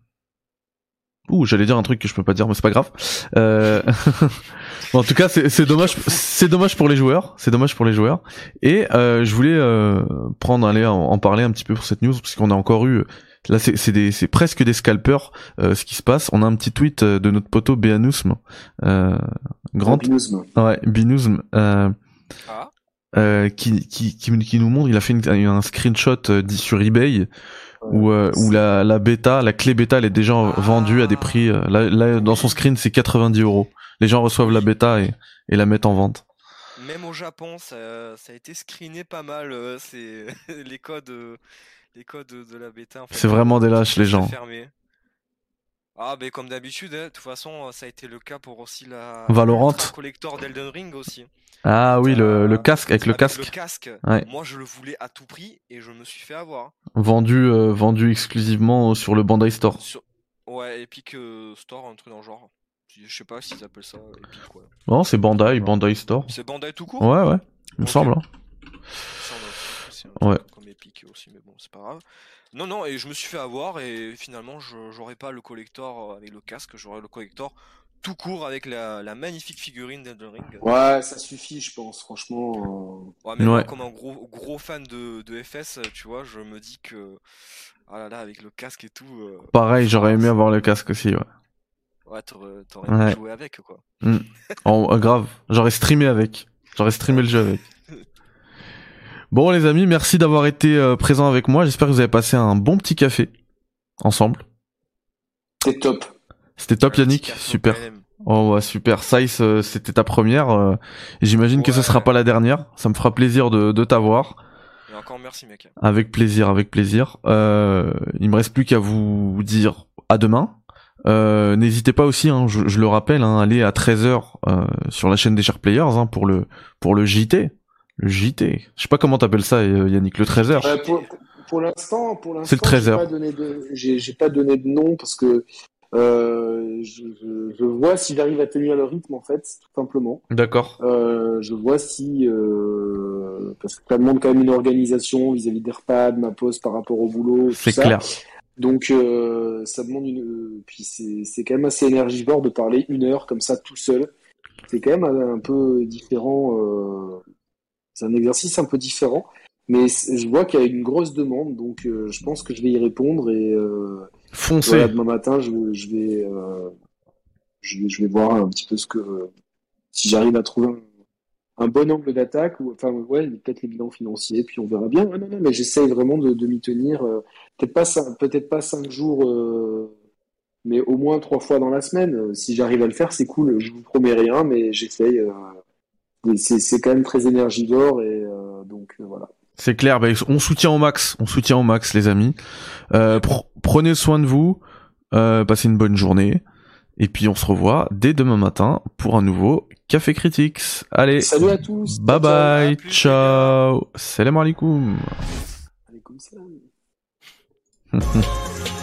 A: ouh, j'allais dire un truc que je peux pas dire, mais c'est pas grave. Euh... bon, en tout cas, c'est, c'est dommage, c'est dommage pour les joueurs, c'est dommage pour les joueurs. Et euh, je voulais euh, prendre, aller en, en parler un petit peu pour cette news, parce qu'on a encore eu. Là, c'est, c'est, des, c'est presque des scalpers, euh, ce qui se passe. On a un petit tweet euh, de notre poteau Béanousme, euh, grand,
B: Albinisme.
A: ouais, Binousme, euh,
C: Ah,
A: euh, qui, qui, qui, qui nous montre. Il a fait une, un screenshot euh, dit sur eBay où, euh, où la, la bêta, la clé bêta, elle est déjà
C: Ah.
A: vendue à des prix. Euh, là, là, dans son screen, c'est quatre-vingt-dix euros. Les gens reçoivent la bêta et, et la mettent en vente.
C: même au Japon, ça, ça a été screené pas mal. euh, c'est les codes, euh, les codes de, de la bêta. En fait,
A: C'est vraiment des lâches,
C: c'est
A: les gens.
C: fermé. Ah, ben comme d'habitude, hein, de toute façon, ça a été le cas pour aussi la
A: Valorant.
C: Ultra Collector d'Elden Ring aussi.
A: Ah oui, le, le casque, avec le
C: Avec
A: casque.
C: le casque,
A: Ouais.
C: moi je le voulais à tout prix et je me suis fait avoir.
A: Vendu, euh, vendu exclusivement sur le Bandai Store.
C: Sur... Ouais, Epic euh, Store, un truc dans le genre. Je sais pas s'ils appellent ça Epic quoi.
A: Non, c'est Bandai, Bandai Store.
C: C'est Bandai tout court?
A: Ouais, ouais, il me
C: Ok.
A: semble. Hein.
C: Il me semble, il me aussi, hein,
A: Ouais.
C: comme Epic aussi, mais bon, c'est pas grave. Non, non, et je me suis fait avoir, et finalement, je j'aurais pas le collector avec le casque, j'aurais le collector tout court avec la, la magnifique figurine d'Elden Ring.
B: Ouais, ça suffit, je pense, franchement. euh.
C: Ouais, mais moi,
A: Ouais.
C: comme un gros, gros fan de, de F S, tu vois, je me dis que, ah là là, avec le casque et tout, euh,
A: Pareil, j'aurais aimé
C: ça-
A: avoir le casque aussi, ouais.
C: ouais, t'aurais t'aurais aimé
A: Ouais.
C: jouer avec, quoi.
A: Mm. En, euh, grave, j'aurais streamé avec. J'aurais streamé le jeu avec. Bon les amis, merci d'avoir été euh, présents avec moi. J'espère que vous avez passé un bon petit café ensemble.
B: C'était top.
A: C'était top
C: Un petit
A: Yannick,
C: café au
A: super.
C: P L M.
A: Oh ouais, super. Size, euh, c'était ta première. euh, et J'imagine que ce
C: Ouais.
A: sera pas la dernière. Ça me fera plaisir de, de t'avoir.
C: Et encore merci, mec.
A: Avec plaisir, avec plaisir. Euh, il me reste plus qu'à vous dire à demain. Euh, n'hésitez pas aussi, hein, je, je le rappelle, hein, aller à treize heures euh, sur la chaîne des Sharp Players hein, pour le pour le J T. Le J T. Je sais pas comment t'appelles ça, euh, Yannick, le treize heures.
B: Euh, pour pour l'instant, pour l'instant,
A: C'est le treize
B: j'ai
A: heures.
B: pas donné de, j'ai j'ai pas donné de nom parce que euh, je, je, je vois si j'arrive à tenir le rythme en fait, tout simplement.
A: D'accord.
B: Euh, je vois si euh, parce que ça demande quand même une organisation vis-à-vis des repas, de ma pause par rapport au boulot, tout
A: C'est
B: ça.
A: clair.
B: Donc euh, ça demande une, euh, puis c'est c'est quand même assez énergivore de parler une heure comme ça tout seul. C'est quand même un, un peu différent. Euh, c'est un exercice un peu différent, mais c- je vois qu'il y a une grosse demande, donc euh, je pense que je vais y répondre et euh,
A: Foncez.
B: voilà, demain matin je, je vais euh, je vais je vais voir un petit peu ce que si j'arrive à trouver un, un bon angle d'attaque ou enfin ouais peut-être les bilans financiers puis on verra bien. Ouais, non non mais j'essaye vraiment de, de m'y tenir. euh, peut-être pas cin- peut-être pas cinq jours. Euh, mais au moins trois fois dans la semaine. Euh, Si j'arrive à le faire, c'est cool. Je vous promets rien, mais j'essaye. Euh, mais c'est c'est quand même très énergivore et euh, donc euh, voilà.
A: C'est clair. Bah, on soutient au max. On soutient au max, les amis. Euh, pr- prenez soin de vous. Euh, passez une bonne journée. Et puis on se revoit dès demain matin pour un nouveau Café Critics. Allez.
B: Salut à tous.
A: Bye
B: Ciao, ciao.
A: bye.
C: À plus,
A: Ciao. Salam alaikum.
B: Alaikum salam.